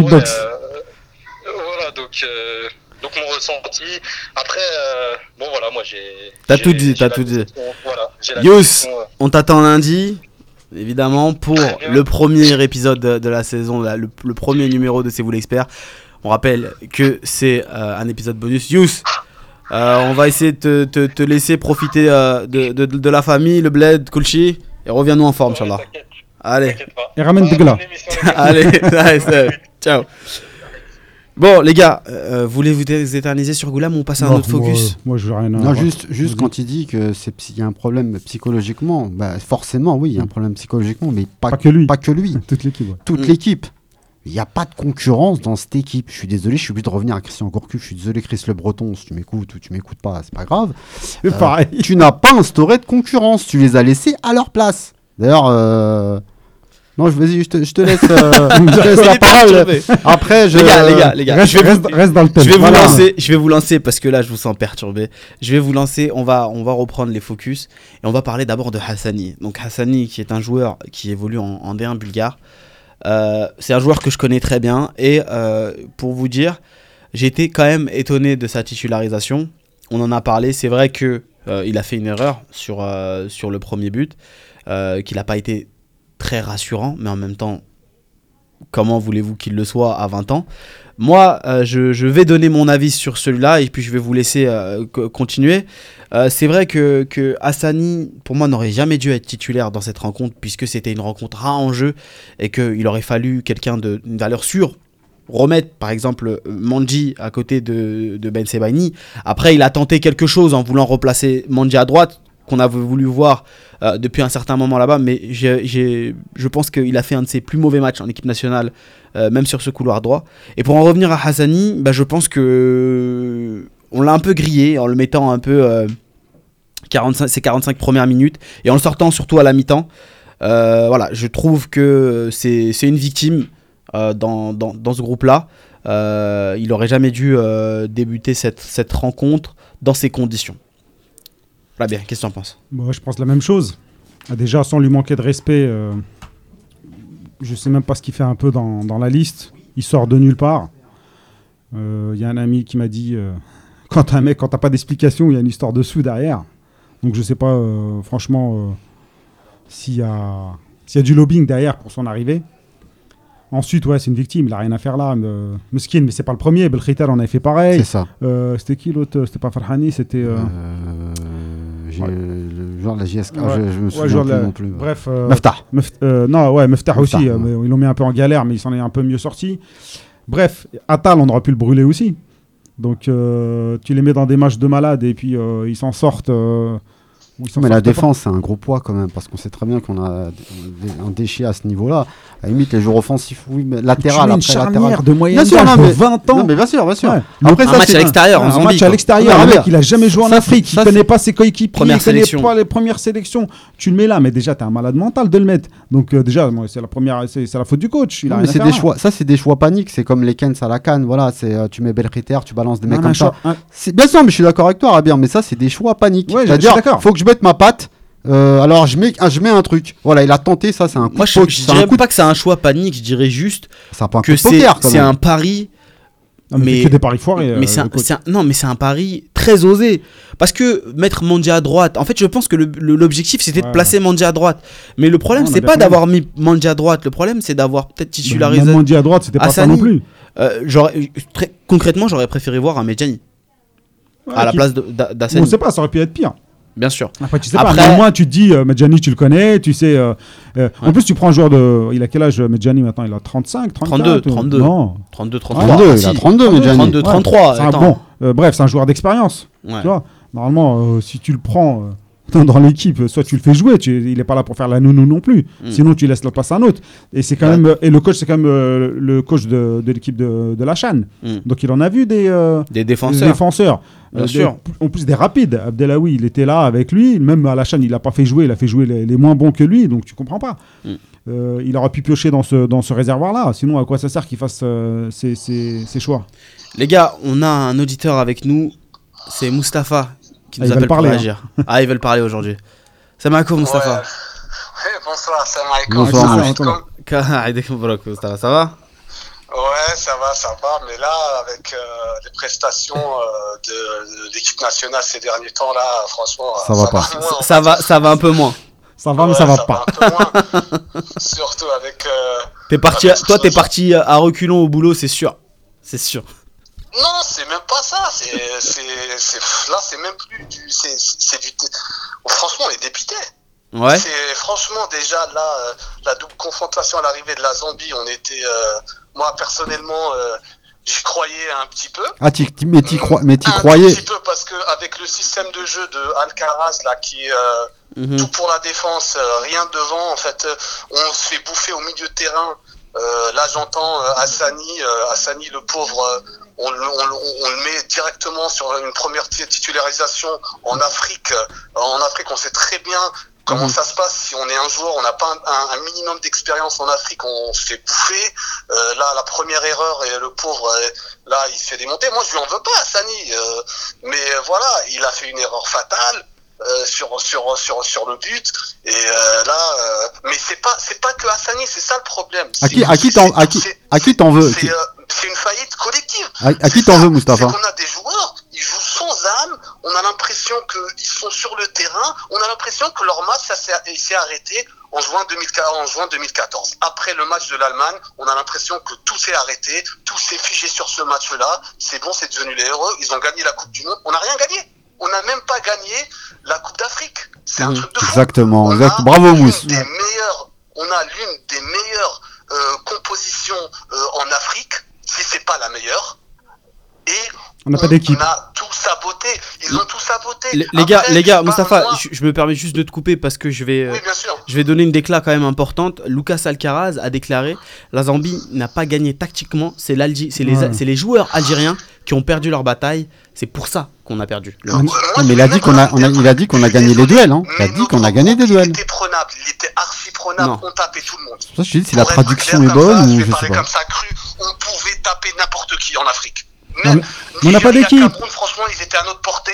voilà, donc mon ressenti. Après, bon voilà, moi j'ai. T'as tout dit. Voilà, Yous, on t'attend lundi. Évidemment, pour le premier épisode de la saison, le premier numéro de C'est vous l'expert. On rappelle que c'est un épisode bonus. Yous, on va essayer de te laisser profiter de la famille, le bled, Kulchi, et reviens-nous en forme, Inch'Allah. Allez. Et ramène de glas. Allez, ciao. Bon, les gars, voulez vous éterniser sur Ghoulam ou on passe à un autre focus? Moi, je veux rien. Non, juste quand il dit que il y a un problème psychologiquement, forcément, oui, il y a un problème psychologiquement, mais pas que lui. Pas que lui. Toute l'équipe. Ouais. Toute l'équipe. Il n'y a pas de concurrence dans cette équipe. Je suis désolé, je suis obligé de revenir à Christian Gourcuff. Je suis désolé, Chris Le Breton, si tu m'écoutes ou tu m'écoutes pas, c'est pas grave. Pareil. Tu n'as pas instauré de concurrence. Tu les as laissés à leur place. D'ailleurs, non, vas-y, je te laisse, la parole. Après, les gars, reste dans le thème. Je vais vous lancer parce que là, je vous sens perturbé. Je vais vous lancer. On va reprendre les focus et on va parler d'abord de Hassani. Donc Hassani, qui est un joueur qui évolue en D1 bulgare. C'est un joueur que je connais très bien et pour vous dire, j'ai été quand même étonné de sa titularisation. On en a parlé. C'est vrai que il a fait une erreur sur le premier but, qu'il n'a pas été très rassurant, mais en même temps, comment voulez-vous qu'il le soit à 20 ans? Moi, je vais donner mon avis sur celui-là et puis je vais vous laisser continuer. C'est vrai que Hassani, pour moi, n'aurait jamais dû être titulaire dans cette rencontre puisque c'était une rencontre à enjeu et qu'il aurait fallu quelqu'un d'une valeur sûre. Remettre par exemple Mandji à côté de Ben Sebaini. Après, il a tenté quelque chose en voulant replacer Mandji à droite, qu'on avait voulu voir depuis un certain moment là-bas, mais je pense qu'il a fait un de ses plus mauvais matchs en équipe nationale, même sur ce couloir droit. Et pour en revenir à Hassani, je pense que on l'a un peu grillé en le mettant un peu ses 45 premières minutes et en le sortant surtout à la mi-temps. Voilà, je trouve que c'est une victime dans ce groupe-là. Il n'aurait jamais dû débuter cette rencontre dans ces conditions. Là bien, qu'est-ce que tu en penses? Je pense la même chose. Déjà, sans lui manquer de respect, je sais même pas ce qu'il fait un peu dans la liste. Il sort de nulle part. Y a un ami qui m'a dit quand t'as pas d'explication, il y a une histoire dessous derrière. Donc je sais pas, franchement, s'il y a du lobbying derrière pour son arrivée. Ensuite, ouais, c'est une victime, il a rien à faire là. Meskin, mais c'est pas le premier. Belkhita, on avait fait pareil. C'est ça. C'était qui l'autre? C'était pas Farhani, c'était. Le joueur de la JSK, ouais. je me souviens plus non plus. Bref. Meftah. Meftah aussi. Mais ils l'ont mis un peu en galère, mais il s'en est un peu mieux sorti. Bref, Attal, on aurait pu le brûler aussi. Donc, tu les mets dans des matchs de malades et puis ils s'en sortent. Mais la défense, c'est un gros poids quand même, parce qu'on sait très bien qu'on a un déchet à ce niveau-là. À la limite, les joueurs offensifs, oui, mais latéral, après latéral. De moyenne d'âge de 20 ans. Non, mais bien sûr. Ouais. Après, un match à l'extérieur, un match à l'extérieur. Le mec, il a jamais joué en Afrique, il connaît pas ses coéquipiers, il connaît pas les premières sélections. Tu le mets là, mais déjà, t'es un malade mental de le mettre. Donc déjà, c'est la faute du coach. Il a rien à faire. Choix. Ça, c'est des choix paniques. C'est comme les Kens à la CAN. Voilà, tu mets Belkhiter, tu balances des mecs comme ça. Bien sûr, mais je suis d'accord avec toi, Rabir. Mais ça, c'est des choix paniques. C'est-à-dire, faut que je mette ma patte. Alors je mets un truc. Voilà, il a tenté ça, c'est un coup Moi, de je poker. dirais pas que c'est un choix panique, je dirais juste C'est un peu un coup que de poker, quand c'est même. un pari. Non, mais que des paris foirés. Mais c'est un pari très osé. Parce que mettre Mandji à droite, en fait, je pense que l'objectif c'était de placer Mandji à droite. Mais le problème, c'est pas d'avoir mis Mandji à droite. Le problème, c'est d'avoir peut-être titularisé. Même Mandji à droite, c'était pas ça non plus. Concrètement, j'aurais préféré voir un Medjani à la place d'Hassani. On sait pas, ça aurait pu être pire. Bien sûr. Après, tu sais pas, mais au moins tu te dis, Medjani, tu le connais, tu sais. En plus, tu prends un joueur de. Il a quel âge, Medjani, maintenant? Il a 35, 34 32. Non. 32, 33. 32, il a 32, Medjani. 32, 33. Bref, c'est un joueur d'expérience. Ouais. Tu vois, normalement, si tu le prends dans l'équipe, soit tu le fais jouer, il n'est pas là pour faire la nounou non plus. Sinon, tu laisses la place à un autre. Et c'est quand même. Et le coach, c'est quand même le coach de l'équipe de la CHAN. Donc, il en a vu des défenseurs. Bien sûr. En plus des rapides. Abdelawi, il était là avec lui. Même à la CHAN, il n'a pas fait jouer. Il a fait jouer les moins bons que lui. Donc, tu comprends pas. Il aurait pu piocher dans ce réservoir-là. Sinon, à quoi ça sert qu'il fasse ses choix? Les gars, on a un auditeur avec nous. C'est Mustapha qui nous appelle pour réagir. Ils veulent parler aujourd'hui. Salam alaikum, Mustapha. Ouais, bonsoir, salam alaikum. Bonsoir. Ça va? Ouais, ça va, mais là, avec les prestations de l'équipe nationale ces derniers temps, là, franchement, ça va pas. Ça va un peu moins. Ça va, mais ça va pas. Un peu moins. Surtout avec. T'es parti à reculons au boulot, c'est sûr. C'est sûr. Non, c'est même pas ça. Là, c'est même plus du. Franchement, on est dépité. Ouais. Franchement, déjà, là, la double confrontation à l'arrivée de la Zambie, on était. Moi, personnellement, j'y croyais un petit peu. Ah, mais t'y croyais. Un petit peu, parce qu'avec le système de jeu de Alcaraz, là, qui est tout pour la défense, rien devant, en fait, on se fait bouffer au milieu de terrain. Là, j'entends Hassani, le pauvre. On le met directement sur une première titularisation en Afrique. En Afrique, on sait très bien comment ça se passe. Si on est un joueur, on n'a pas un minimum d'expérience en Afrique, on se fait bouffer. Là, la première erreur, et le pauvre, là, il se fait démonter. Moi, je lui en veux pas, Hassani. Mais voilà, il a fait une erreur fatale. Sur le but, et là, mais c'est pas que Hassani, c'est ça le problème. À qui t'en veux? C'est une faillite collective. À qui t'en veux, Mustapha? C'est qu'on a des joueurs, ils jouent sans âme. On a l'impression qu'ils sont sur le terrain. On a l'impression que leur match s'est arrêté en juin 2014. Après le match de l'Allemagne, on a l'impression que tout s'est arrêté, tout s'est figé sur ce match-là. C'est bon, c'est devenu les héros. Ils ont gagné la Coupe du Monde. On n'a rien gagné. On n'a même pas gagné la Coupe d'Afrique. C'est un truc de fou. Exactement. Bravo, Mousse. On a l'une des meilleures compositions en Afrique, si c'est pas la meilleure. Et on n'a pas d'équipe. On a tout saboté. Ils ont tout saboté. Les gars, Mustapha, je me permets juste de te couper parce que je vais donner une déclat quand même importante. Lucas Alcaraz a déclaré: la Zambie n'a pas gagné tactiquement. C'est les joueurs algériens qui ont perdu leur bataille. C'est pour ça qu'on a perdu. Mais il a dit qu'on a gagné les duels. Hein. Il a dit qu'on a gagné des duels. Il était prenable, il était archi prenable. On tapait tout le monde. Ça, je te dis si la traduction est bonne ou je sais pas. Comme ça cru, on pouvait taper n'importe qui en Afrique. Mais on n'a pas d'équipe. Cameroun, franchement, ils étaient à notre portée.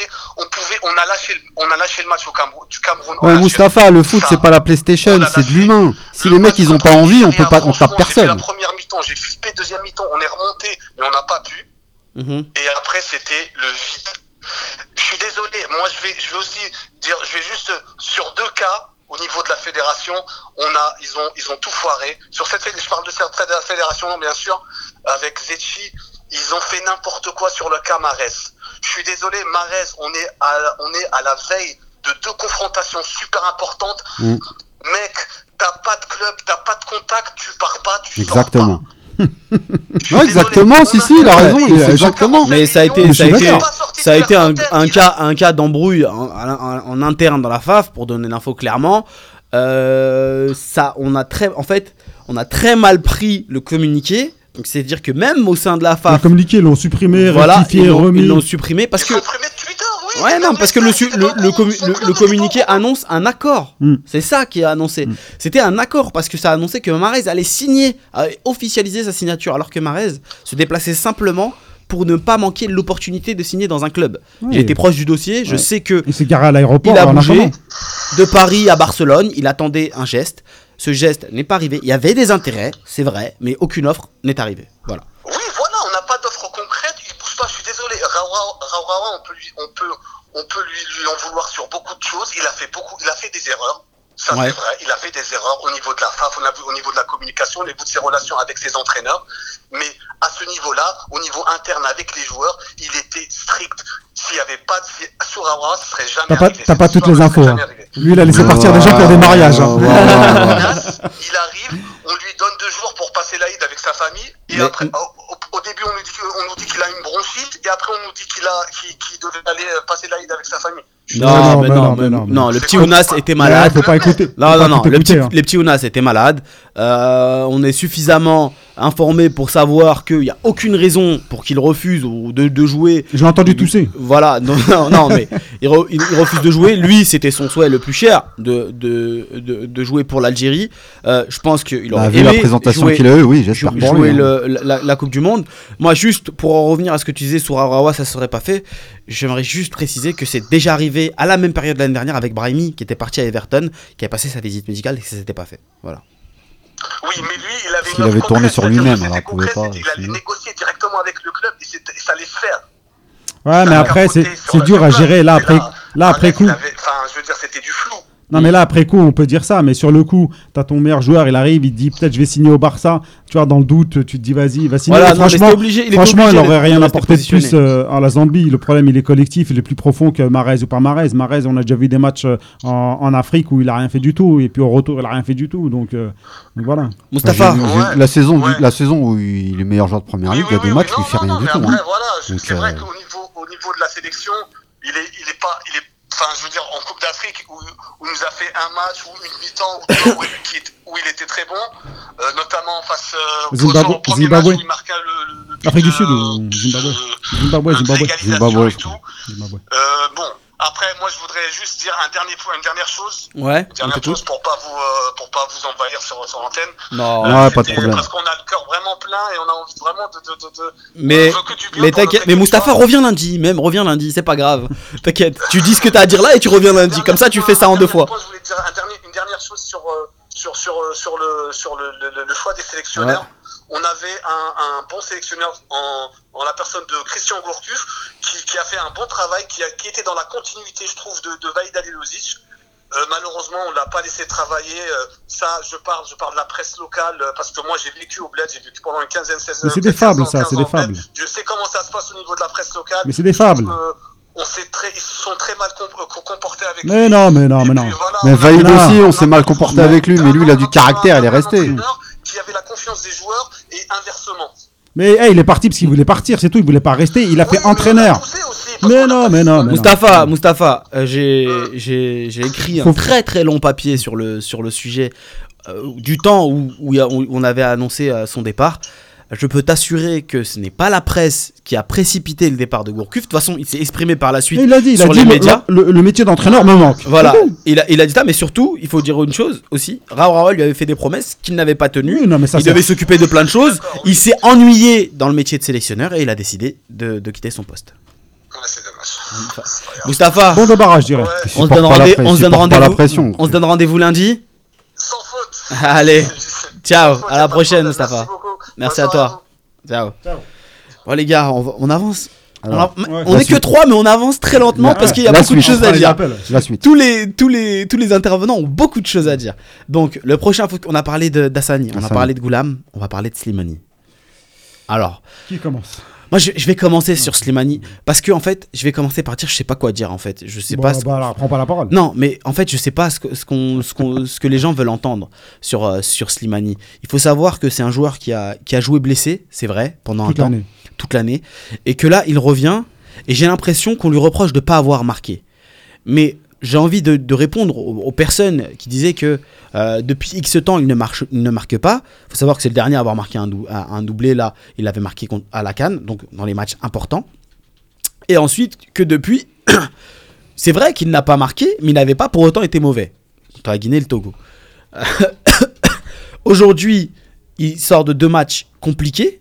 On a lâché le match du Cameroun. Ouais, Mustapha, le foot, c'est pas la PlayStation, c'est de l'humain. Si les mecs, ils ont pas envie, on tape personne. La première mi-temps, j'ai flippé. Deuxième mi-temps, on est remonté, mais on n'a pas pu. Et après, c'était le vide. Je suis désolé. Moi, je vais aussi dire, je vais juste sur 2 cas. Au niveau de la fédération, ils ont tout foiré. Je parle de cette fédération, bien sûr, avec Zetchi. Ils ont fait n'importe quoi sur le cas Marès. Je suis désolé, Marès, on est à la veille de 2 confrontations super importantes. Mec, t'as pas de club, t'as pas de contact, tu pars pas, tu exactement. Sors pas. Non, exactement, si, il a raison, exactement. Mais ça a été un cas d'embrouille en interne dans la FAF, pour donner l'info clairement. On a très mal pris le communiqué. Donc c'est-à-dire que même au sein de la FAF, le communiqué, ils l'ont supprimé, rectifié, remis. Ils l'ont supprimé parce que. Ouais, non, parce que le communiqué annonce un accord. C'est ça qui est annoncé. C'était un accord parce que ça annonçait que Mahrez allait officialiser sa signature, alors que Mahrez se déplaçait simplement pour ne pas manquer l'opportunité de signer dans un club. Ouais. J'ai été proche du dossier, je sais que Il s'est garé à l'aéroport. il a en bougé attendant. de Paris à Barcelone, il attendait un geste. Ce geste n'est pas arrivé. Il y avait des intérêts, c'est vrai, mais aucune offre n'est arrivée. Voilà. Oui, voilà, on n'a pas d'offre concrète, il bouge pas, je suis désolé. Raourawa, on peut lui en vouloir sur beaucoup de choses. Il a fait des erreurs. Ça, Ouais. c'est vrai, il a fait des erreurs au niveau de la FAF, au niveau de la communication, au niveau de ses relations avec ses entraîneurs. Mais à ce niveau-là, au niveau interne avec les joueurs, il était strict. S'il n'y avait pas de sur Raourawa, ce serait jamais arrivé. T'as pas Cette toutes les histoire ne infos. serait Hein. jamais arrivée. Lui, il a laissé partir des gens pour des mariages. Hein. Il arrive, on lui donne 2 jours pour passer l'Aïd avec sa famille, et après, au début, on nous dit qu'il a une bronchite, et après, on nous dit qu'il devait aller passer l'Aïd avec sa famille. Non, le petit Ounas était malade. Faut pas écouter. Non, les petits Ounas étaient malades. On est suffisamment informé pour savoir qu'il n'y a aucune raison pour qu'il refuse de jouer. J'ai entendu tousser. Voilà, non, mais il refuse de jouer. Lui, c'était son souhait le plus cher de jouer pour l'Algérie. Je pense qu'il aurait vu aimé la présentation jouer, qu'il a eu, oui, j'espère pour jouer lui, hein. la Coupe du Monde. Moi, juste pour en revenir à ce que tu disais sur Raourawa, ça ne serait pas fait. J'aimerais juste préciser que c'est déjà arrivé à la même période l'année dernière avec Brahimi, qui était parti à Everton, qui avait passé sa visite médicale et que ça s'était pas fait. Voilà. Oui, mais lui, il avait S'il avait tourné sur lui-même, alors il pouvait pas. Il allait négocier directement avec le club et ça allait se faire. Ouais, mais après, c'est dur à gérer. Là, après coup. Enfin, je veux dire, c'était du flou. Non, mais là, après coup, on peut dire ça. Mais sur le coup, t'as ton meilleur joueur, il arrive, il te dit peut-être je vais signer au Barça. Tu vois, dans le doute, tu te dis vas-y, va signer. Voilà, franchement, il aurait rien de apporté de plus à la Zambie. Le problème, il est collectif, il est plus profond que Mahrez ou pas Mahrez. Mahrez, on a déjà vu des matchs en Afrique où il a rien fait du tout. Et puis au retour, il a rien fait du tout. Donc voilà. Moustapha, la saison où il est meilleur joueur de première ligue, il y a des matchs où il fait rien du tout. Après, voilà, c'est vrai qu'au niveau de la sélection, il est pas. Enfin, je veux dire, en Coupe d'Afrique, où il nous a fait un match ou une mi-temps où il était très bon, notamment face au premier match où il marqua le but Afrique du Sud ou Zimbabwe. Bon, après, moi, je voudrais juste dire une dernière chose. Ouais. Une dernière chose pour pas vous envahir sur l'antenne. Non, pas de problème. Parce qu'on a le cœur vraiment plein et on a envie vraiment de mais t'inquiète, mais Moustapha reviens lundi, c'est pas grave. T'inquiète, tu dis ce que t'as à dire là et tu reviens lundi. Comme ça, tu fais ça en 2 fois. Je voulais dire une dernière chose sur le choix des sélectionneurs. Ouais. On avait un bon sélectionneur en la personne de Christian Gourcuff qui a fait un bon travail, qui était dans la continuité, je trouve, de Vahid Halilhodzic. Malheureusement, on ne l'a pas laissé travailler. Ça, je parle de la presse locale, parce que moi, j'ai vécu au bled, j'ai vécu pendant une 15-16 ans. Mais c'est des fables, ça, c'est des fables. Je sais comment ça se passe au niveau de la presse locale. Mais c'est des fables. Ils se sont très mal comportés avec lui. Mais non. Voilà, mais Vahid aussi, on s'est mal comporté avec lui, mais lui, il a du caractère, il est resté. Qui avait la confiance des joueurs et inversement. Mais il est parti parce qu'il voulait partir, c'est tout, il voulait pas rester, il a fait entraîneur. Mais non. Moustapha, j'ai écrit un très très long papier sur le sujet du temps où on avait annoncé son départ. Je peux t'assurer que ce n'est pas la presse qui a précipité le départ de Gourcuff. De toute façon, il s'est exprimé par la suite sur les médias. Le métier d'entraîneur me manque. Voilà, il a dit ça, mais surtout, il faut dire une chose aussi. Raourawa lui avait fait des promesses qu'il n'avait pas tenues. Oui, il devait s'occuper de plein de choses. Il s'est ennuyé dans le métier de sélectionneur et il a décidé de quitter son poste. Ouais, c'est dommage. Moustapha, bon débarrage, je dirais. On se donne rendez-vous lundi. Sans faute. Allez, ciao, à la prochaine, Moustapha. Merci à toi. Ciao. Bon les gars, on avance. Alors, on est que 3 mais on avance très lentement parce qu'il y a beaucoup de choses à dire. Tous les intervenants ont beaucoup de choses à dire. Donc le prochain, on a parlé d'Hassani, on a parlé de Goulam, on va parler de Slimani. Alors, qui commence? Moi je vais commencer sur Slimani parce que en fait je vais commencer par dire je sais pas quoi dire en fait, je sais pas. Alors prends pas la parole. Non mais en fait je sais pas ce que les gens veulent entendre sur Slimani. Il faut savoir que c'est un joueur qui a joué blessé, c'est vrai, pendant toute l'année et que là il revient et j'ai l'impression qu'on lui reproche de pas avoir marqué. Mais j'ai envie de répondre aux personnes qui disaient que depuis X temps, il ne marque pas. Il faut savoir que c'est le dernier à avoir marqué un doublé. Là, il avait marqué à la CAN, donc dans les matchs importants. Et ensuite, que depuis, c'est vrai qu'il n'a pas marqué, mais il n'avait pas pour autant été mauvais. Contre la Guinée et le Togo. Aujourd'hui, il sort de 2 matchs compliqués.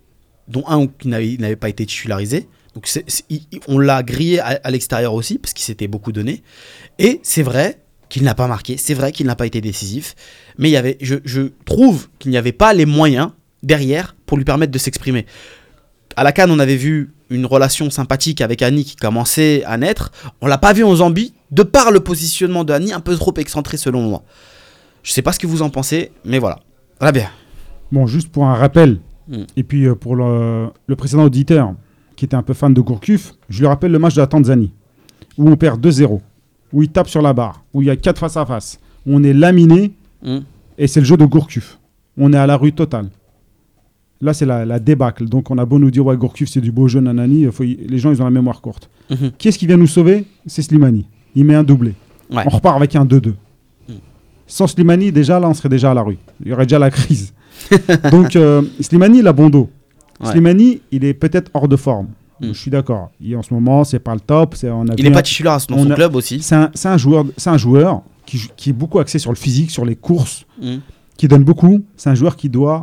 dont un qui n'avait pas été titularisé. Donc on l'a grillé à l'extérieur aussi, parce qu'il s'était beaucoup donné. Et c'est vrai qu'il n'a pas marqué, c'est vrai qu'il n'a pas été décisif, mais je trouve qu'il n'y avait pas les moyens derrière pour lui permettre de s'exprimer. À la CAN, on avait vu une relation sympathique avec Hani qui commençait à naître. On l'a pas vu en Zambie, de par le positionnement de Hani, un peu trop excentré selon moi. Je sais pas ce que vous en pensez, mais voilà. Voilà bien. Bon, juste pour un rappel, et puis pour le précédent auditeur qui était un peu fan de Gourcuff, je lui rappelle le match de la Tanzanie, où on perd 2-0, où il tape sur la barre, où il y a 4 face à face, où on est laminé, et c'est le jeu de Gourcuff. On est à la rue totale. Là, c'est la débâcle. Donc, on a beau nous dire, ouais, Gourcuff, c'est du beau jeu, nanani. Les gens, ils ont la mémoire courte. Qui est-ce qui vient nous sauver? C'est Slimani. Il met un doublé. Ouais. On repart avec un 2-2. Sans Slimani, déjà, là, on serait déjà à la rue. Il y aurait déjà la crise. Donc, Slimani, il a bon dos. Ouais. Slimani, il est peut-être hors de forme. Je suis d'accord. En ce moment, c'est pas le top. Il n'est pas titulaire dans son club aussi. C'est un joueur qui est beaucoup axé sur le physique, sur les courses, qui donne beaucoup. C'est un joueur qui doit...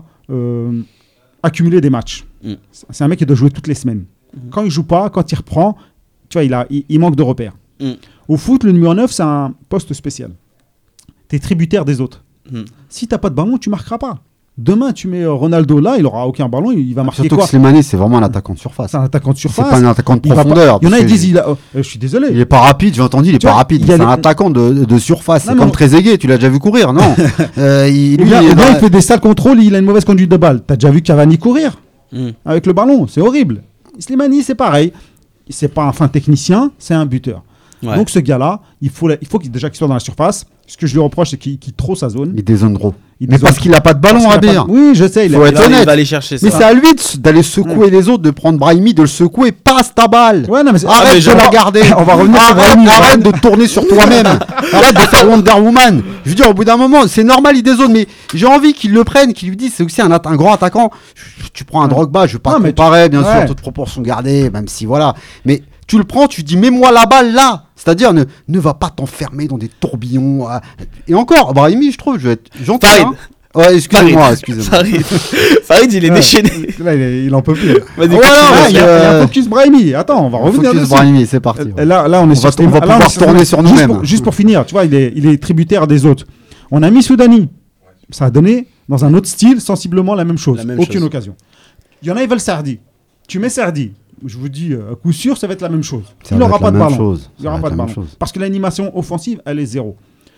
accumuler des matchs. C'est un mec qui doit jouer toutes les semaines. Quand il joue pas, quand il reprend, tu vois, il manque de repères. Au foot, le numéro 9, c'est un poste spécial. Tu es tributaire des autres. Si tu n'as pas de ballon, tu marqueras pas. Demain, tu mets Ronaldo là, il n'aura aucun ballon, il va marquer surtout quoi? Que Slimani, c'est vraiment un attaquant de surface. C'est un attaquant de surface. C'est pas un attaquant de profondeur. Il y en a qui disent, je suis désolé. Il est pas rapide, j'ai entendu, il est pas rapide. C'est un attaquant de surface. C'est comme Trezeguet, tu l'as déjà vu courir, non? Il fait des sales contrôles, il a une mauvaise conduite de balle. Tu as déjà vu Cavani courir avec le ballon? C'est horrible. Slimani, c'est pareil. C'est pas un fin technicien, c'est un buteur. Ouais. Donc ce gars-là, il faut qu'il soit dans la surface. Ce que je lui reproche, c'est qu'il trop sa zone. Il dézone trop. Mais parce qu'il n'a pas de ballon, Rabir. Oui, je sais. Il faut être honnête. Il va aller chercher ça. Mais c'est à lui d'aller secouer les autres, de prendre Brahimi, de le secouer. Passe ta balle. Ouais, non, mais arrête de la garder. On va revenir sur Brahimi. Arrête de tourner sur toi-même. Arrête de faire Wonder Woman. Je veux dire, au bout d'un moment, c'est normal, il dézone. Mais j'ai envie qu'il le prenne, qu'il lui dise, c'est aussi un grand attaquant. Tu prends un Drogba, je veux pas comparer, bien sûr, toute proportion gardée, même si voilà. Mais tu le prends, tu dis, mets-moi la balle là. C'est-à-dire, ne va pas t'enfermer dans des tourbillons. Et encore, Brahimi, je trouve, je vais être gentil. Farid. Hein. Ouais, excusez-moi. Farid, il est déchaîné. Là, il en peut plus. Il y a un focus Brahimi. Attends, on va revenir dessus. Focus Brahimi, c'est parti. Là, on est on va pouvoir se tourner sur nous-mêmes. Juste pour finir, tu vois, il est tributaire des autres. On a mis Soudani. Ça a donné, dans un autre style, sensiblement la même chose. Aucune occasion. Il y en a, ils veulent Sardi. Tu mets Sardi. Je vous dis, à coup sûr, ça va être la même chose. Il n'aura pas de ballon. Il n'y aura pas de ballon. Parce que l'animation offensive, elle est zéro.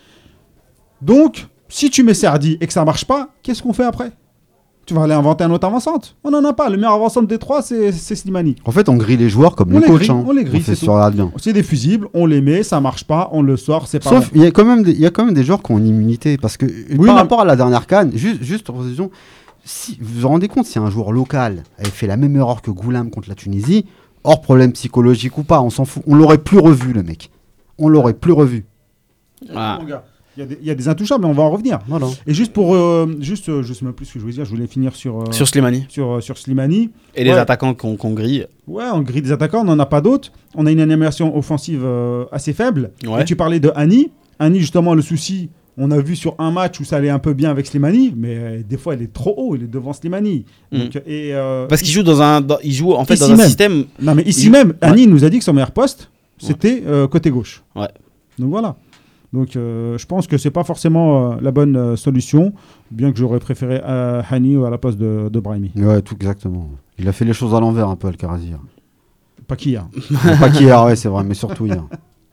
Donc, si tu mets Sardi et que ça ne marche pas, qu'est-ce qu'on fait après? Tu vas aller inventer un autre avant-centre? On n'en a pas. Le meilleur avant-centre des trois, c'est Slimani. En fait, on grille les joueurs comme les coachs. On les grille. C'est des fusibles, on les met, ça ne marche pas, on le sort, c'est pas. Sauf, il y a quand même des joueurs qui ont une immunité. Parce que par rapport à la dernière CAN, juste en position. Si vous vous rendez compte, si un joueur local avait fait la même erreur que Goulam contre la Tunisie, hors problème psychologique ou pas, on s'en fout, on l'aurait plus revu, le mec. On l'aurait plus revu. Ah. Il y a des intouchables, mais on va en revenir. Voilà. Et juste pour... je sais même plus ce que je voulais dire, je voulais finir sur Slimani. Sur Slimani. Et les attaquants qu'on grille. Ouais, on grille des attaquants, on n'en a pas d'autres. On a une animation offensive assez faible. Ouais. Et tu parlais de Hani. Hani, justement, le souci... On a vu sur un match où ça allait un peu bien avec Slimani, mais des fois, il est trop haut, il est devant Slimani. Donc, parce qu'il joue dans un système... Non, mais ici même, Hani nous a dit que son meilleur poste, c'était côté gauche. Ouais. Donc voilà. Donc je pense que c'est pas forcément la bonne solution, bien que j'aurais préféré Hani à la place de Brahimi. Ouais, tout exactement. Il a fait les choses à l'envers un peu, Al-Karazi. Pas qu'hier. Pas qu'hier, ouais, c'est vrai, mais surtout hier.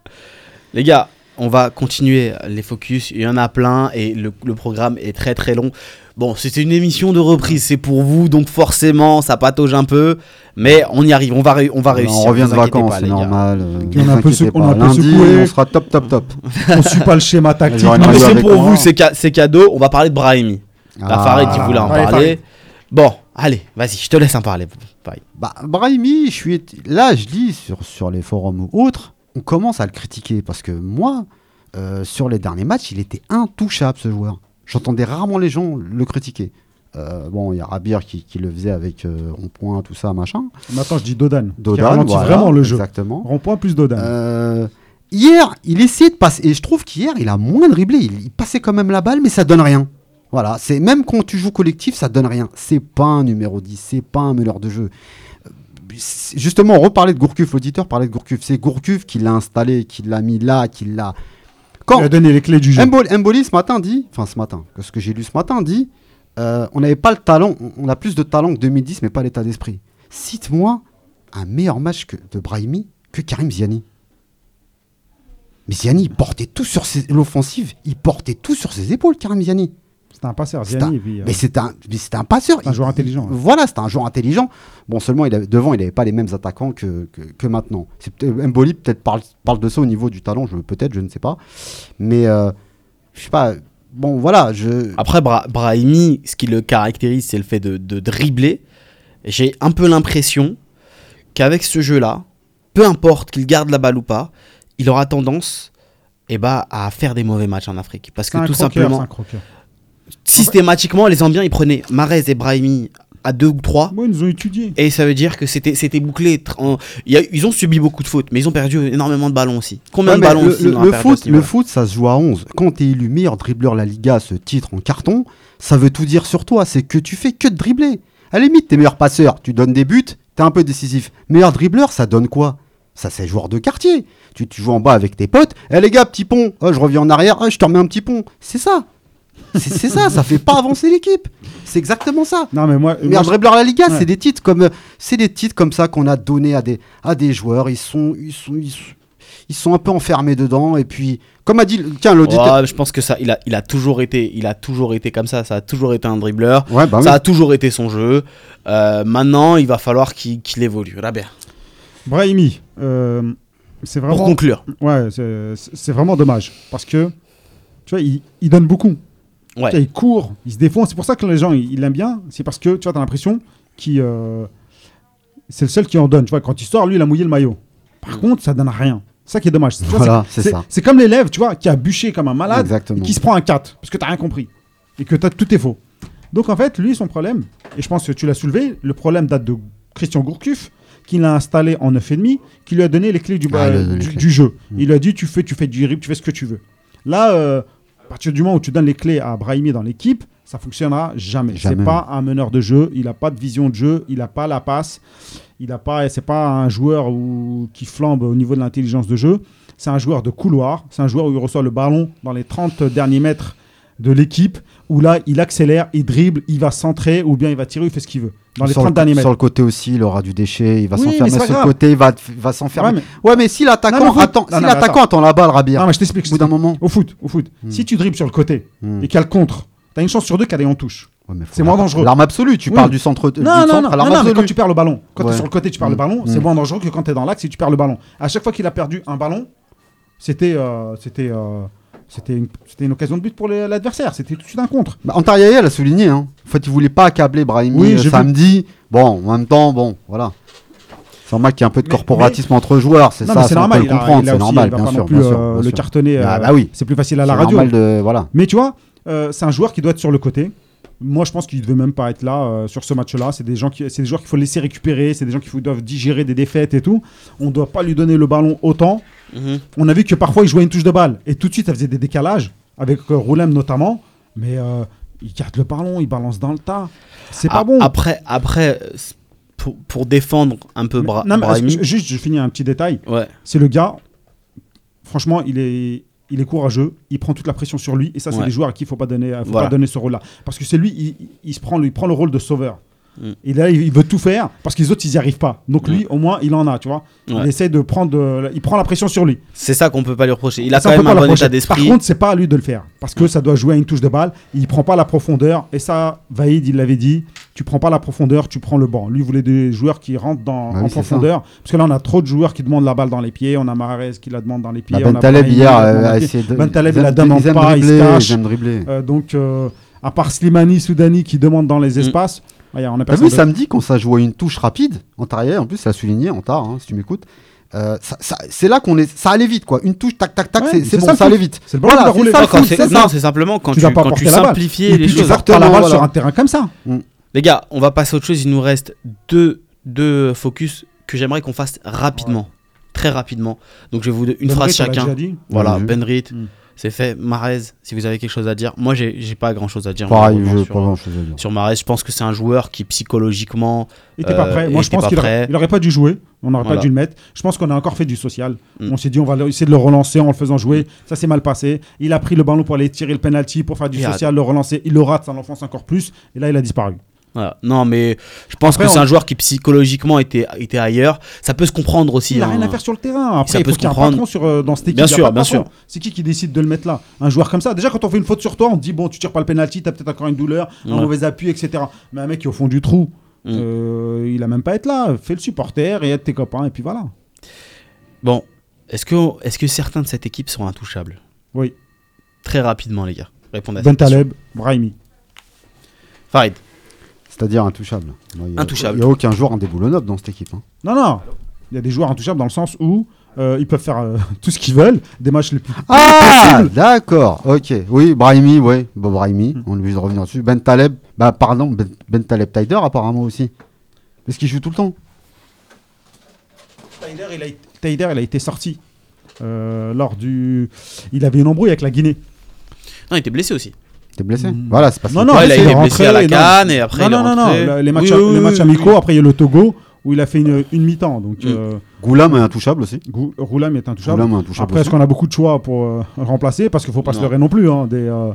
Les gars, on va continuer les focus, il y en a plein et le programme est très très long. Bon, c'était une émission de reprise, c'est pour vous, donc forcément ça patauge un peu, mais on y arrive, on va réussir. On revient de vacances, c'est normal. On a un peu secoué. On sera top. On suit pas le schéma tactique. Non, mais c'est pour vous, c'est cadeau, on va parler de Brahimi. La Farid qui voulait en parler. Bon, allez, vas-y, je te laisse en parler. Brahimi, je lis sur les forums ou autres, on commence à le critiquer parce que moi, sur les derniers matchs, il était intouchable ce joueur. J'entendais rarement les gens le critiquer. Bon, il y a Rabir qui le faisait avec rond-point, tout ça, machin. Maintenant, je dis Dodan. Dodan, qui ralentit vraiment le jeu. Exactement. Rond-point plus Dodan. Hier, il essayait de passer. Et je trouve qu'hier, il a moins dribblé. Il passait quand même la balle, mais ça donne rien. Voilà, c'est même quand tu joues collectif, ça donne rien. C'est pas un numéro 10, c'est pas un meneur de jeu. Justement, on reparlait de Gourcuff, l'auditeur parlait de Gourcuff. C'est Gourcuff qui l'a installé, qui l'a mis là, qui l'a... Il a donné les clés du jeu. Mboli ce matin dit, ce que j'ai lu ce matin dit, on n'avait pas le talent, on a plus de talent que 2010, mais pas l'état d'esprit. Cite-moi un meilleur match de Brahimi que Karim Ziani. Mais Ziani, il portait tout sur l'offensive, il portait tout sur ses épaules, Karim Ziani. C'était un passeur, Ziani. Mais c'était un passeur. Un joueur intelligent. Voilà, c'était un joueur intelligent. Bon, seulement, devant, il n'avait pas les mêmes attaquants que maintenant. Mboli peut-être parle de ça au niveau du talent, peut-être, je ne sais pas. Mais, je sais pas. Bon, voilà. Après, Brahimi, ce qui le caractérise, c'est le fait de dribbler. J'ai un peu l'impression qu'avec ce jeu-là, peu importe qu'il garde la balle ou pas, il aura tendance à faire des mauvais matchs en Afrique. Parce que tout simplement... Systématiquement, les Zambiens, ils prenaient Mahrez et Brahimi à 2 ou 3. Moi, ils nous ont étudié. Et ça veut dire que c'était bouclé. Ils ont subi beaucoup de fautes, mais ils ont perdu énormément de ballons aussi. Combien de ballons aussi le foot, ça se joue à 11. Quand tu es élu meilleur dribbleur la Liga, ce titre en carton, ça veut tout dire sur toi. C'est que tu fais que de dribbler. À la limite, t'es meilleur passeur, tu donnes des buts, t'es un peu décisif. Meilleur dribbleur, ça donne quoi ? Ça, c'est joueur de quartier. Tu joues en bas avec tes potes. Les gars, petit pont. Je reviens en arrière. Je te remets un petit pont. C'est ça. C'est ça, ça fait pas avancer l'équipe. C'est exactement ça. Non mais moi, dribbleur la Liga, c'est des titres comme ça qu'on a donné à des joueurs. Ils sont un peu enfermés dedans. Et puis, comme a dit, l'auditeur. Je pense que ça, il a toujours été comme ça. Ça a toujours été un dribbleur. Ça a toujours été son jeu. Maintenant, il va falloir qu'il évolue. Là, bien. Brahimi, c'est vraiment. Pour conclure. Ouais, c'est vraiment dommage parce que tu vois, il donne beaucoup. Ouais. Il court, il se défend. C'est pour ça que les gens ils l'aiment bien. C'est parce que tu vois, t'as l'impression qu'il c'est le seul qui en donne. Tu vois, quand il sort, lui, il a mouillé le maillot. Par contre, ça donne rien. C'est ça qui est dommage. Voilà, c'est ça. C'est comme l'élève, tu vois, qui a bûché comme un malade. Exactement. Et qui se prend un 4 parce que t'as rien compris et que tout est faux. Donc en fait, lui, son problème, et je pense que tu l'as soulevé, le problème date de Christian Gourcuff, qui l'a installé en 9,5, qui lui a donné les clés du jeu. Il lui a dit, tu fais du dribble, tu fais ce que tu veux. Là, à partir du moment où tu donnes les clés à Brahimi dans l'équipe, ça fonctionnera jamais. C'est pas un meneur de jeu, il n'a pas de vision de jeu, il n'a pas la passe, c'est pas un joueur qui flambe au niveau de l'intelligence de jeu. C'est un joueur de couloir, c'est un joueur où il reçoit le ballon dans les 30 derniers mètres de l'équipe, où là, il accélère, il dribble, il va centrer, ou bien il va tirer, il fait ce qu'il veut. Dans les 30 derniers mètres. Sur le côté aussi, il aura du déchet, il va s'enfermer sur le côté, il va s'enfermer. Mais si l'attaquant attend la balle, Rabia. Non, mais je t'explique. Au bout d'un moment. Au foot. Si tu dribbles sur le côté et qu'il y a le contre, t'as une chance sur 2 qu'elle est en touche. C'est moins dangereux. L'arme absolue, tu parles du centre. Non, mais quand tu perds le ballon, quand tu es sur le côté, tu perds le ballon, c'est moins dangereux que quand tu es dans l'axe et tu perds le ballon. À chaque fois qu'il a perdu un ballon, c'était une occasion de but pour l'adversaire. C'était tout de suite un contre. Antaria l'a souligné. En fait, il voulait pas accabler Brahimi samedi. Bon, en même temps, voilà. C'est normal qu'il y ait un peu de corporatisme entre joueurs. C'est ça, c'est normal. On peut le comprendre. C'est normal, bien sûr. Le cartonner, c'est plus facile à la radio. Voilà. Mais tu vois, c'est un joueur qui doit être sur le côté. Moi, je pense qu'il ne devait même pas être là sur ce match-là. C'est des joueurs qu'il faut laisser récupérer. C'est des gens qui doivent digérer des défaites et tout. On ne doit pas lui donner le ballon autant. On a vu que parfois, il jouait une touche de balle. Et tout de suite, ça faisait des décalages, avec Roulem notamment. Mais il garde le ballon, il balance dans le tas. C'est pas bon. Après pour défendre un peu Brahimi... Juste, je finis un petit détail. Ouais. C'est le gars, franchement, il est courageux, il prend toute la pression sur lui, et ça, c'est des joueurs à qui il ne faut pas donner ce rôle-là. Parce que c'est lui, il prend le rôle de sauveur. Et là, il veut tout faire parce que les autres, ils n'y arrivent pas. Donc lui, au moins, il en a, tu vois. Il essaie de prendre, il prend la pression sur lui. C'est ça qu'on peut pas lui reprocher. Il a quand même un bon état d'esprit. Par contre, c'est pas à lui de le faire parce que ça doit jouer à une touche de balle. Il prend pas la profondeur. Et ça, Vaïd, il l'avait dit. Tu prends pas la profondeur, tu prends le banc. Lui, il voulait des joueurs qui rentrent en profondeur. Parce que là, on a trop de joueurs qui demandent la balle dans les pieds. On a Mahrez qui la demande dans les pieds. Bentaleb hier a essayé de. Bentaleb, il la demande pas, il se cache. Donc, à part Slimani, Soudani qui demandent dans les espaces. T'as vu samedi quand ça jouait une touche rapide en arrière, en plus ça a souligné en tard, si tu m'écoutes. C'est là ça allait vite quoi. Une touche tac tac tac, c'est bon, ça allait vite. C'est le ballon qui va rouler. Non, c'est simplement quand tu simplifies les choses. Tu la balle sur un terrain comme ça. Les gars, on va passer à autre chose. Il nous reste deux focus que j'aimerais qu'on fasse rapidement, très rapidement. Donc je vais vous donner une phrase chacun. Voilà, Benrit. C'est fait. Mahrez, si vous avez quelque chose à dire. Moi, j'ai pas grand chose à dire. Pareil, malheureusement, pas grand chose à dire. sur Mahrez, je pense que c'est un joueur qui psychologiquement. Il était pas prêt. Moi, je pense qu'il aurait pas dû jouer. On n'aurait pas dû le mettre. Je pense qu'on a encore fait du social. On s'est dit, on va essayer de le relancer en le faisant jouer. Ça s'est mal passé. Il a pris le ballon pour aller tirer le penalty, pour faire du social, le relancer. Il le rate, ça l'enfonce encore plus. Et là, il a disparu. Voilà. Non, mais je pense que c'est un joueur qui psychologiquement était ailleurs. Ça peut se comprendre aussi. Il n'a rien à faire sur le terrain. Après, ça il peut faut se qu'il y ait un comprendre. patron dans cette équipe. Bien sûr, bien sûr. C'est qui décide de le mettre là? Un joueur comme ça. Déjà, quand on fait une faute sur toi, on te dit bon, tu tires pas le penalty, t'as peut-être encore une douleur, un mauvais appui, etc. Mais un mec qui est au fond du trou, il a même pas à être là. Fais le supporter et aide tes copains et puis voilà. Bon, est-ce que certains de cette équipe sont intouchables? Oui. Très rapidement, les gars. Répondez à cette Bentaleb, Brahimi. Farid. C'est-à-dire intouchable. Intouchable. Il n'y a aucun joueur indéboulonnable dans cette équipe. Hein. Non. Il y a des joueurs intouchables dans le sens où ils peuvent faire tout ce qu'ils veulent, des matchs les plus possibles. D'accord, ok. Oui, Brahimi, ouais. Bon, Brahimi, on lui de revenir dessus. Bentaleb, Bentaleb Taider apparemment aussi. Parce qu'il joue tout le temps. Taider, il a été sorti lors du... Il avait une embrouille avec la Guinée. Non, il était blessé aussi. T'es blessé Voilà, c'est pas ça. Non, il a été blessé à la CAN et après non. Les matchs amicaux, après il y a le Togo où il a fait une mi-temps. Donc, Goulam est intouchable aussi. Goulam est intouchable. Après, aussi. est-ce qu'on a beaucoup de choix pour remplacer? Parce qu'il ne faut pas se leurrer non plus. Hein,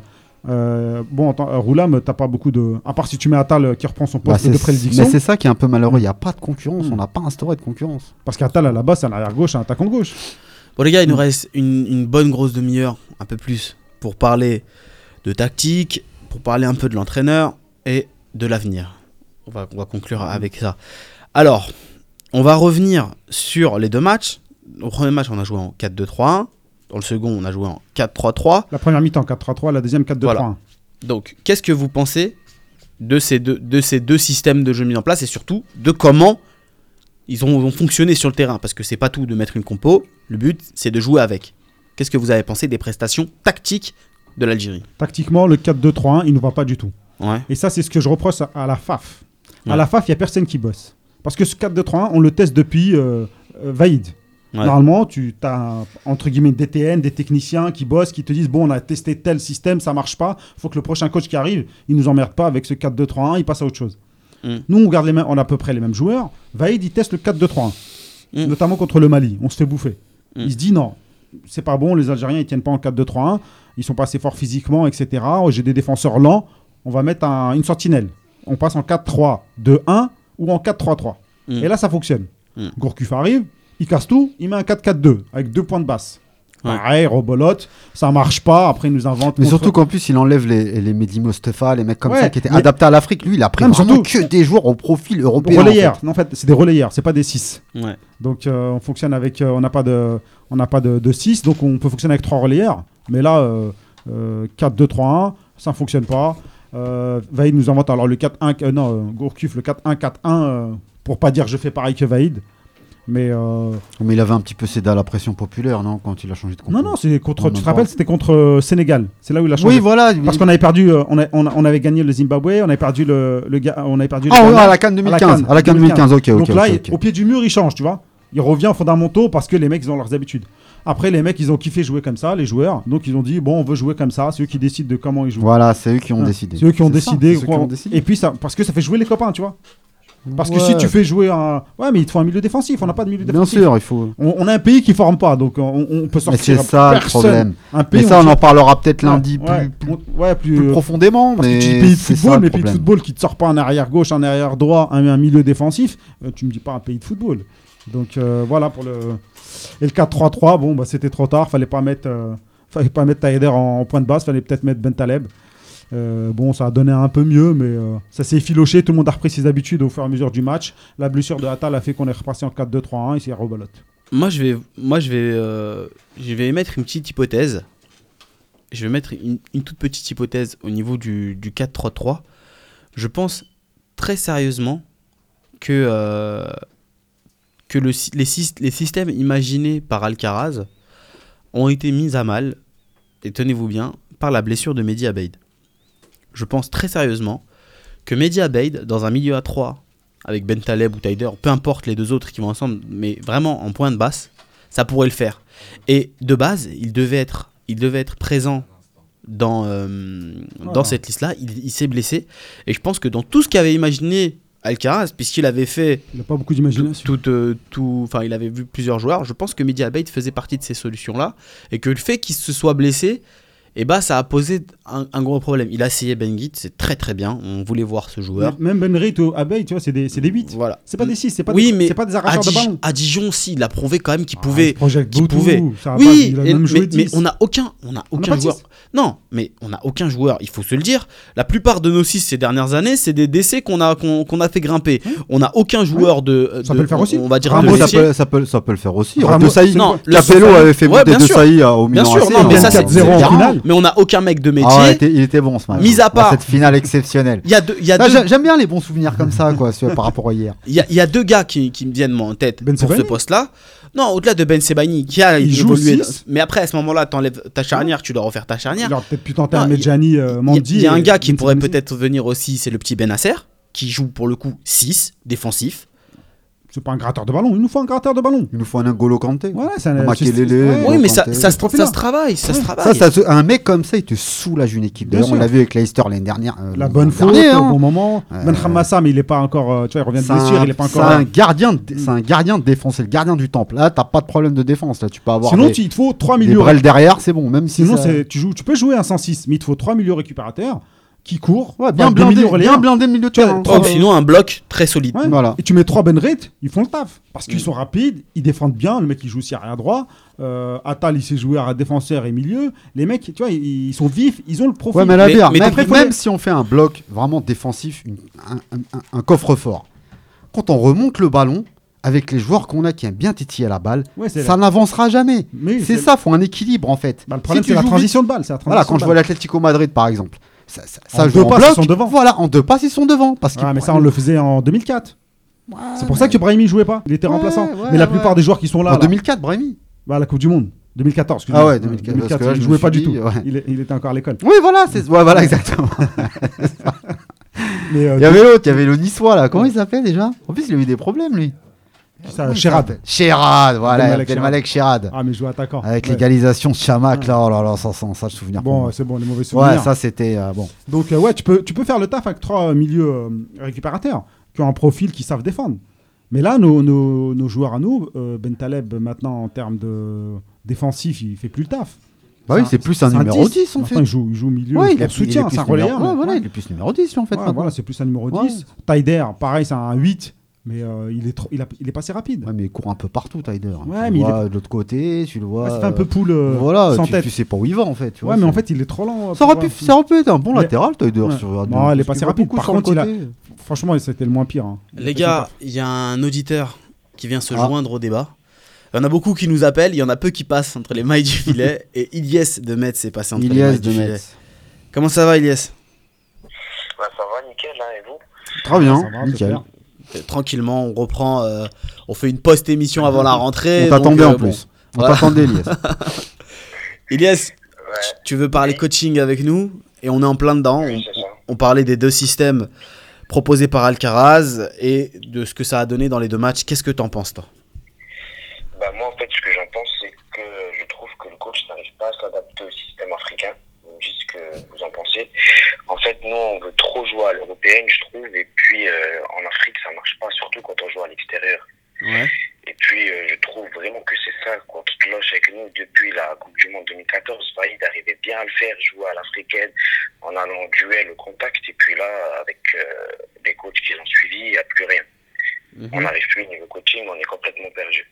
Goulam, t'as pas beaucoup de... À part si tu mets Attal qui reprend son poste de prédiction. Mais c'est ça qui est un peu malheureux. Il n'y a pas de concurrence. On n'a pas instauré de concurrence. Parce qu'Attal, à la base, c'est un arrière-gauche, un attaquant gauche. Bon, les gars, il nous reste une bonne grosse demi-heure, un peu plus, pour parler de tactique, pour parler un peu de l'entraîneur et de l'avenir. On va conclure avec ça. Alors, on va revenir sur les deux matchs. Au premier match, on a joué en 4-2-3-1. Dans le second, on a joué en 4-3-3. La première mi-temps 4-3-3, la deuxième 4-2-3-1. Voilà. Donc, qu'est-ce que vous pensez de ces deux systèmes de jeu mis en place et surtout de comment ils ont fonctionné sur le terrain? Parce que c'est pas tout de mettre une compo. Le but, c'est de jouer avec. Qu'est-ce que vous avez pensé des prestations tactiques de l'Algérie? Tactiquement, le 4-2-3-1, il ne va pas du tout. Ouais. Et ça, c'est ce que je reproche à la FAF. Ouais. À la FAF, il n'y a personne qui bosse. Parce que ce 4-2-3-1, on le teste depuis Vaïd. Ouais. Normalement, tu as, entre guillemets, des DTN, des techniciens qui bossent, qui te disent, bon, on a testé tel système, ça marche pas. Il faut que le prochain coach qui arrive, il nous emmerde pas avec ce 4-2-3-1, il passe à autre chose. Nous, on garde on a à peu près les mêmes joueurs. Vaïd, il teste le 4-2-3-1. Notamment contre le Mali. On se fait bouffer. Il se dit, non, c'est pas bon, les Algériens, ils tiennent pas en 4-2-3-1. Ils sont pas assez forts physiquement, etc. J'ai des défenseurs lents. On va mettre une sentinelle. On passe en 4-3-2-1 ou en 4-3-3. Et là, ça fonctionne. Gourcuff arrive, il casse tout, il met un 4-4-2 avec 2 points de basse. Ouais. Pareil, rebolote, ça marche pas, après il nous invente... Mais surtout qu'en plus, il enlève les Mehdi Mostafa, les mecs comme ça qui étaient adaptés à l'Afrique. Lui, il a pris vraiment que des joueurs au profil européen. Relayeurs, en fait, c'est des relayeurs, c'est pas des 6. Ouais. Donc on fonctionne avec... on n'a pas de 6, donc on peut fonctionner avec 3 relayeurs. Mais là, 4-2-3-1, ça ne fonctionne pas. Vaïd nous invente alors le 4-1... Gourcuff, le 4-1-4-1, pour pas dire je fais pareil que Vaïd. Mais il avait un petit peu cédé à la pression populaire, non, quand il a changé de compo. Non, c'est contre. Tu te rappelles, c'était contre Sénégal. C'est là où il a changé. Oui, voilà. Parce qu'on avait perdu. On avait gagné le Zimbabwe. On avait perdu on avait perdu. À la CAN 2015. À la CAN 2015. Ok. Donc là, au pied du mur, il change, tu vois. Il revient aux fondamentaux parce que les mecs, ils ont leurs habitudes. Après, les mecs, ils ont kiffé jouer comme ça, les joueurs. Donc, ils ont dit, bon, on veut jouer comme ça. C'est eux qui décident de comment ils jouent. Voilà, c'est eux qui ont décidé. C'est eux qui ont décidé. Et puis, parce que ça fait jouer les copains, tu vois. Parce que si tu fais jouer un... Ouais, mais il te faut un milieu défensnplus. On n'a pas de milieu défensif. Bien sûr, il faut... On a un pays qui ne forme pas, donc on peut sortir. Mais c'est ça le problème. Mais ça, on en parlera peut-être lundi plus profondément. Parce que tu dis pays de football, mais pays de football qui ne te sort pas un arrière gauche, un arrière droit, un milieu défensif, tu ne me dis pas un pays de football. Donc voilà pour le... Et le 4-3-3, bon, bah, c'était trop tard. Fallait pas mettre Taider en point de base. Fallait peut-être mettre Bentaleb. Bon, ça a donné un peu mieux, mais ça s'est effiloché. Tout le monde a repris ses habitudes au fur et à mesure du match. La blessure de Attal a fait qu'on est repassé en 4-2-3-1 et c'est rebolote. Moi, je vais émettre une petite hypothèse. Je vais mettre une toute petite hypothèse au niveau du 4-3-3. Je pense très sérieusement que les systèmes imaginés par Alcaraz ont été mis à mal, et tenez-vous bien, par la blessure de Mehdi Abeid. Je pense très sérieusement que Mehdi Abeid, dans un milieu à 3, avec Bentaleb ou Taider, peu importe les deux autres qui vont ensemble, mais vraiment en point de basse, ça pourrait le faire. Et de base, il devait il devait être présent dans cette liste-là. Il s'est blessé. Et je pense que dans tout ce qu'avait imaginé Alcaraz, puisqu'il avait fait... Il n'a pas beaucoup d'imagination. Enfin, il avait vu plusieurs joueurs. Je pense que Mehdi Abeid faisait partie de ces solutions-là. Et que le fait qu'il se soit blessé, ça a posé un gros problème. Il a essayé Ben Guit, c'est très très bien. On voulait voir ce joueur. Même Ben Guit ou Abeid, tu vois, c'est des 8. Voilà. C'est pas des 6, c'est pas oui, c'est pas des arracheurs de ballon. À Dijon, si, il a prouvé quand même qu'il pouvait. Oui, mais on n'a aucun joueur. Non, mais on n'a aucun joueur, il faut se le dire. La plupart de nos 6 ces dernières années, c'est des décès qu'on a fait grimper. On n'a aucun joueur de. Ça peut le faire aussi. On va dire ça peut le faire aussi. De Sailly. Capello avait fait monter De Sailly au Milan. Bien sûr, non, mais ça c'est 0 en finale. Mais on n'a aucun mec de métier. Il était bon ce match. Mis à part cette finale exceptionnelle. J'aime bien les bons souvenirs comme ça, quoi, par rapport à hier. Il y a 2 gars qui me viennent en tête pour ce poste-là. Non, au-delà de Ben Sebaini qui a évolué. Mais après, à ce moment-là, t'enlèves ta charnière, tu dois refaire ta charnière. Il aurait peut-être pu tenter un Medjani, Mandi. Il y a un gars qui pourrait peut-être venir aussi, c'est le petit Benasser, qui joue pour le coup 6, défensif. C'est pas un gratteur de ballon, il nous faut un gratteur de ballon. Il nous faut un N'Golo Kanté. Ouais, c'est un Makelele. Oui, mais ça se travaille. Un mec comme ça, il te soulage une équipe. D'ailleurs, on l'a vu avec Leicester l'année dernière. La bonne faute, au bon moment. Ben Hammassa, mais il est pas encore. Tu vois, il revient de blessure, il est pas encore. C'est un gardien de défense, c'est le gardien du temple. Là, t'as pas de problème de défense. Là, tu peux avoir. Sinon, il te faut 3 milieux. Des brels derrière, c'est bon. Même si. Sinon, tu peux jouer un 106, mais il te faut 3 milieux récupérateurs qui courent, bien blindé le milieu de terrain. Sinon un bloc très solide. Voilà. Et tu mets 3 Benreit, ils font le taf. Parce qu'ils sont rapides, ils défendent bien. Le mec il joue aussi arrière droit. Attal il sait jouer à défenseur et milieu. Les mecs, tu vois, ils sont vifs, ils ont le profil. Ouais, mais même si on fait un bloc vraiment défensif, un coffre-fort, quand on remonte le ballon, avec les joueurs qu'on a qui aiment bien titiller la balle, ça n'avancera jamais. C'est ça, faut un équilibre en fait. Le problème c'est la transition de balle. Voilà, quand je vois l'Atlético Madrid par exemple. Ça joue en bloc. Ils sont devant. Voilà, en 2 passes, ils sont devant. Mais ça, on le faisait en 2004. C'est pour ça que Brahimi jouait pas. Il était remplaçant. Mais la plupart des joueurs qui sont là. En 2004, Brahimi. La Coupe du Monde. 2014. Ah ouais, 2014. Il jouait pas du tout. Il était encore à l'école. Oui, voilà, voilà exactement. Il y avait l'autre, il y avait le Niçois là. Comment il s'appelle déjà ? En plus, il a eu des problèmes lui. Chérad, voilà, Abdelmalek Chérad. Ah, mais je joue attaquant. Avec l'égalisation de Chamac, là, oh là là, ça le souvenir. Bon, c'est bon, les mauvais souvenirs. Ouais, ça c'était bon. Donc, tu peux faire le taf avec 3 milieux récupérateurs qui ont un profil qui savent défendre. Mais là, nos joueurs à nous, Bentaleb, maintenant, en termes de défensif, il fait plus le taf. Bah oui, c'est plus un numéro 10 en fait. Il joue milieu, il soutient, c'est un relayeur. Voilà, il est plus numéro 10 en fait. Voilà, c'est plus un numéro 10. Taider, pareil, c'est un 8. Mais il est pas assez rapide. Ouais, mais il court un peu partout, Taider. Ouais, tu le vois de l'autre côté, tu le vois. Ça fait un peu poule sans tête. Tu sais pas où il va en fait. Mais en fait, il est trop lent. Ça aurait pu être un bon latéral, Taider. Non, il est pas assez rapide. Par contre, franchement, c'était le moins pire. Les gars, il y a un auditeur qui vient se joindre au débat. Il y en a beaucoup qui nous appellent, il y en a peu qui passent entre les mailles du filet. Et Ilyes de Metz est passé entre les mailles du filet. Comment ça va, Ilyes ? Ça va, nickel, et vous ? Très bien, nickel. Tranquillement, on reprend, on fait une post-émission avant la rentrée. On t'attendait en plus. On t'attendait, Ilyes. Ilyes, tu veux parler coaching avec nous ? Et on est en plein dedans. On parlait des 2 systèmes proposés par Alcaraz et de ce que ça a donné dans les 2 matchs. Qu'est-ce que t'en penses, toi ? Moi, en fait, ce que j'en pense, c'est que je trouve que le coach n'arrive pas à s'adapter au système africain. Vous me dites ce que vous en pensez. En fait, nous, on veut trop jouer à l'européenne, je trouve, et puis en Afrique, ça marche pas, surtout quand on joue à l'extérieur. Ouais. Et puis, je trouve vraiment que c'est ça qui cloche avec nous depuis la Coupe du Monde 2014. Faïd arrivait bien à le faire, jouer à l'africaine, en allant en duel, au contact, et puis là, avec les coachs qui l'ont suivi, il n'y a plus rien. On n'arrive plus au niveau coaching, on est complètement perdu.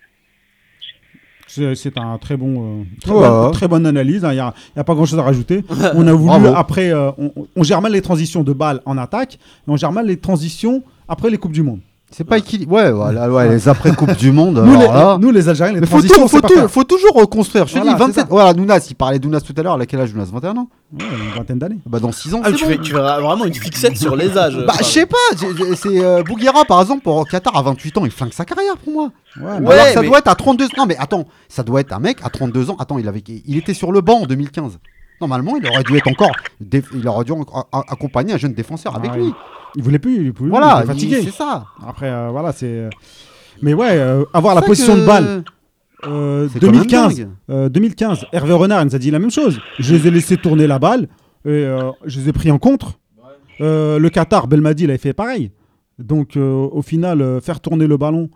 C'est un très bon, très bonne analyse. Il n'y a pas grand-chose à rajouter. On a voulu, après, on gère mal les transitions de balles en attaque, et on gère mal les transitions après les Coupes du Monde. C'est pas équilibré. Les après-Coupes du Monde. Nous, les Algériens, les transitions, faut toujours reconstruire. Je te dis, 27. Voilà, Nounas, il parlait d'Ounas tout à l'heure. À quel âge Nounas ? 21 ans ? Ouais, une vingtaine d'années. Dans 6 ans, tu verras vraiment une fixette sur les âges. Je sais pas. C'est Bouguera, par exemple, pour Qatar, à 28 ans, il flingue sa carrière pour moi. Alors ça doit être à 32 ans. Non, mais attends, ça doit être un mec à 32 ans. Attends, il était sur le banc en 2015. Normalement, il aurait dû être il aurait dû accompagner un jeune défenseur avec lui. Il voulait plus, il était fatigué. C'est ça. Après, c'est. Mais avoir la position de balle C'est quand même 2015, Hervé Renard nous a dit la même chose. Je les ai laissés tourner la balle et je les ai pris en contre. Le Qatar, Belmadi, il avait fait pareil. Donc, au final, faire tourner le ballon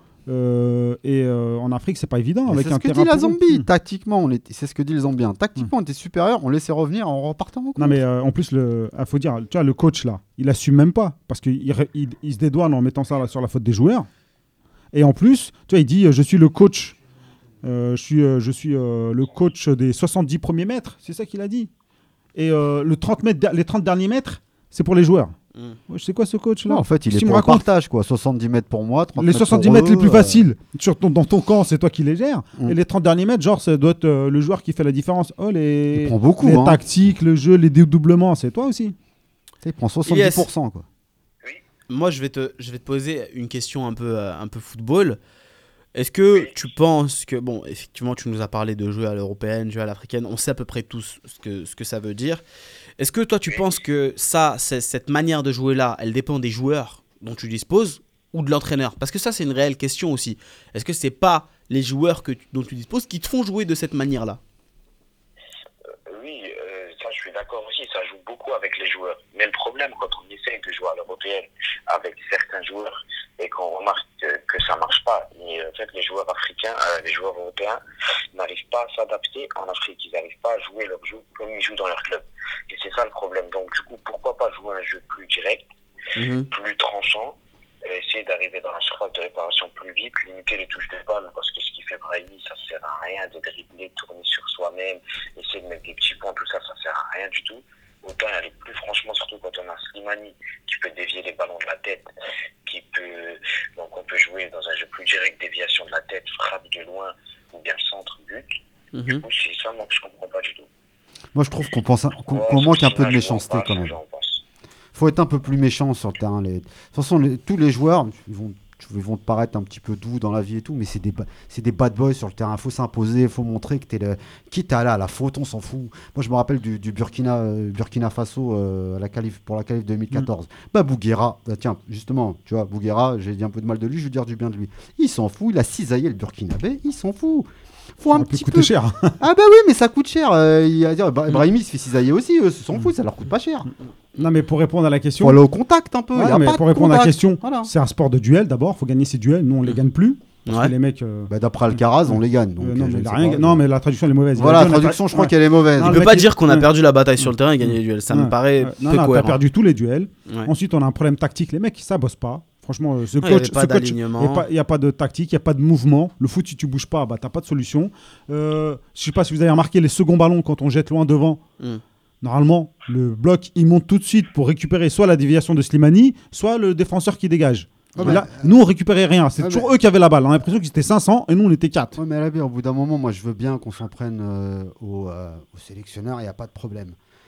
en Afrique, c'est pas évident. Avec c'est un ce que terrain dit la pour eux. Zambie. Tactiquement, c'est ce que dit le Zambien. Tactiquement, on était supérieur, on laissait revenir, on repartait en contre. Non, mais en plus, faut dire, tu vois, le coach là, il assume même pas parce qu'il se dédouane en mettant ça là, sur la faute des joueurs. Et en plus, tu vois, il dit je suis le coach. Je suis le coach des 70 premiers mètres. C'est ça qu'il a dit. Et les 30 derniers mètres, c'est pour les joueurs. Ouais, c'est quoi ce coach là? En fait, il est me pour le raconte partage, quoi. 70 mètres pour moi, 30 les mètres 70 pour mètres eux, les plus faciles dans ton camp, c'est toi qui les gères. Et les 30 derniers mètres, genre, ça doit être le joueur qui fait la différence. Oh, il prend beaucoup, les tactiques, le jeu, les dédoublements, c'est toi aussi. Il prend 70%, quoi. Moi, je vais te poser une question un peu football. Est-ce que tu penses que, bon, effectivement, tu nous as parlé de jouer à l'européenne, jouer à l'africaine, on sait à peu près tous ce que ça veut dire. Est-ce que toi, tu penses que cette manière de jouer-là, elle dépend des joueurs dont tu disposes ou de l'entraîneur? Parce que ça, c'est une réelle question aussi. Est-ce que c'est pas les joueurs dont tu disposes qui te font jouer de cette manière-là? Oui, ça, je suis d'accord aussi. Ça joue beaucoup avec les joueurs. Mais le problème, quand on essaye de jouer à l'européenne avec certains joueurs et qu'on remarque que ça marche pas, en fait, les joueurs africains, les joueurs européens n'arrivent pas à s'adapter en Afrique. Ils n'arrivent pas à jouer leur jeu comme ils jouent dans leur club. Et c'est ça le problème. Donc, du coup, pourquoi pas jouer un jeu plus direct, plus tranchant, essayer d'arriver dans la surface de réparation plus vite, limiter les touches de balle, parce que ce qui fait Brahimi, ça sert à rien de dribbler, de tourner sur soi-même, essayer de mettre des petits points, tout ça, ça sert à rien du tout. Autant aller plus franchement, surtout quand on a Slimani qui peut dévier les ballons de la tête, donc on peut jouer dans un jeu plus direct, déviation de la tête, frappe de loin, ou bien centre-but. Du coup, c'est ça, moi, que je comprends pas du tout. Moi, je trouve qu'on manque un peu de méchanceté quand même. Faut être un peu plus méchant sur le terrain. De toute façon, tous les joueurs, ils vont te paraître un petit peu doux dans la vie et tout, mais c'est des bad boys sur le terrain. Faut s'imposer, faut montrer que quitte à aller à la faute, on s'en fout. Moi, je me rappelle du Burkina Faso pour la qualif 2014. Bouguera, tiens, justement, tu vois, Bouguera, j'ai dit un peu de mal de lui, je veux dire du bien de lui. Il s'en fout, il a cisaillé le Burkinabé, il s'en fout. Faut un petit peu. cher. Ah bah oui, mais ça coûte cher. Brahimi se fait cisailler aussi, eux, s'en fout, ça leur coûte pas cher. Non, mais pour répondre à la question. Faut aller au contact un peu. Pour répondre à la question, c'est un sport de duel d'abord. Faut gagner ces duels. Nous, on les gagne plus. Parce que les mecs. D'après Alcaraz, on les gagne. Donc, non, mais la traduction elle est mauvaise. Voilà, la traduction, je crois qu'elle est mauvaise. On ne peut pas dire qu'on a perdu la bataille sur le terrain et gagné les duels. Ça me paraît peu cohérent. On a perdu tous les duels. Ensuite, on a un problème tactique. Les mecs, ça bosse pas. Franchement, il n'y a pas de tactique, il n'y a pas de mouvement. Le foot, si tu bouges pas, t'as pas de solution. Je sais pas si vous avez remarqué les seconds ballons quand on jette loin devant. Normalement, le bloc, il monte tout de suite pour récupérer soit la déviation de Slimani, soit le défenseur qui dégage. Là, nous, on récupérait rien. C'est toujours eux qui avaient la balle. On a l'impression qu'ils étaient 500 et nous, on était 4. Ouais, mais là, au bout d'un moment, moi, je veux bien qu'on s'en prenne au sélectionneur, il n'y a pas de problème.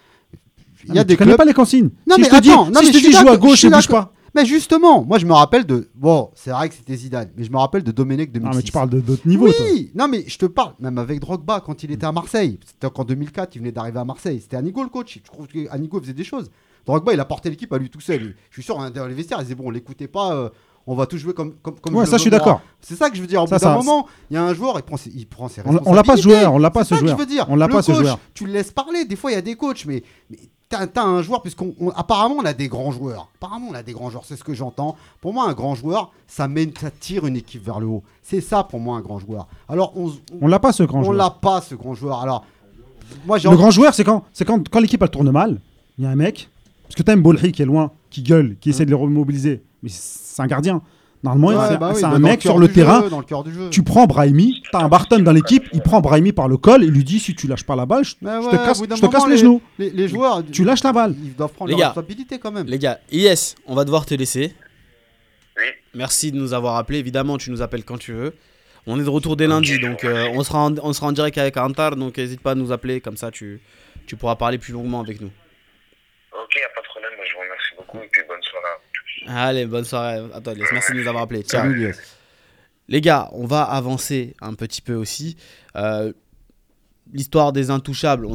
Tu connais pas les consignes. Non, si mais je te dis joue à gauche et bouge pas. Mais justement, moi je me rappelle de... Bon, c'est vrai que c'était Zidane, mais je me rappelle de Domenech 2006. Ah, mais tu parles d'autres niveaux, toi. Non, mais je te parle, même avec Drogba, quand il était à Marseille. C'était qu'en 2004, il venait d'arriver à Marseille. C'était Anigo le coach. Je trouve qu'Anigo faisait des choses. Drogba, il a porté l'équipe à lui tout seul. Je suis sûr, dans les vestiaires, il disait, bon, on l'écoutait pas... on va tout jouer comme ouais, ça je suis d'accord. C'est ça que je veux dire. Au bout d'un moment, il y a un joueur, il prend ses responsabilités. On l'a pas ce joueur, on l'a pas ce joueur. C'est ça que je veux dire. On l'a pas ce joueur. Tu le laisses parler. Des fois, il y a des coachs, mais t'as un joueur, apparemment on a des grands joueurs. C'est ce que j'entends. Pour moi, un grand joueur, ça tire une équipe vers le haut. C'est ça pour moi un grand joueur. Alors on l'a pas ce grand joueur. On l'a pas ce grand joueur. Alors moi, le grand joueur, c'est quand l'équipe elle tourne mal. Il y a un mec, parce que t'as un Bolhi qui est loin, qui gueule, qui essaie de les remobiliser. Mais c'est un gardien. Normalement, c'est un mec sur le terrain. Tu prends Brahimi, t'as un Barton dans l'équipe, il prend Brahimi par le col et lui dit si tu lâches pas la balle, je te casse les genoux. Les joueurs, tu lâches la balle. Ils doivent prendre leur responsabilité quand même. Les gars, yes, on va devoir te laisser. Oui. Merci de nous avoir appelés. Évidemment, tu nous appelles quand tu veux. On est de retour dès lundi, donc on sera en direct avec Antar, donc n'hésite pas à nous appeler, comme ça tu pourras parler plus longuement avec nous. Ok, y a pas de problème, je vous remercie beaucoup et puis bonne soirée à tous. Allez, bonne soirée à toi, Elias. Merci de nous avoir appelés. Ciao. Salut, Elias. Les gars, on va avancer un petit peu aussi. L'histoire des intouchables,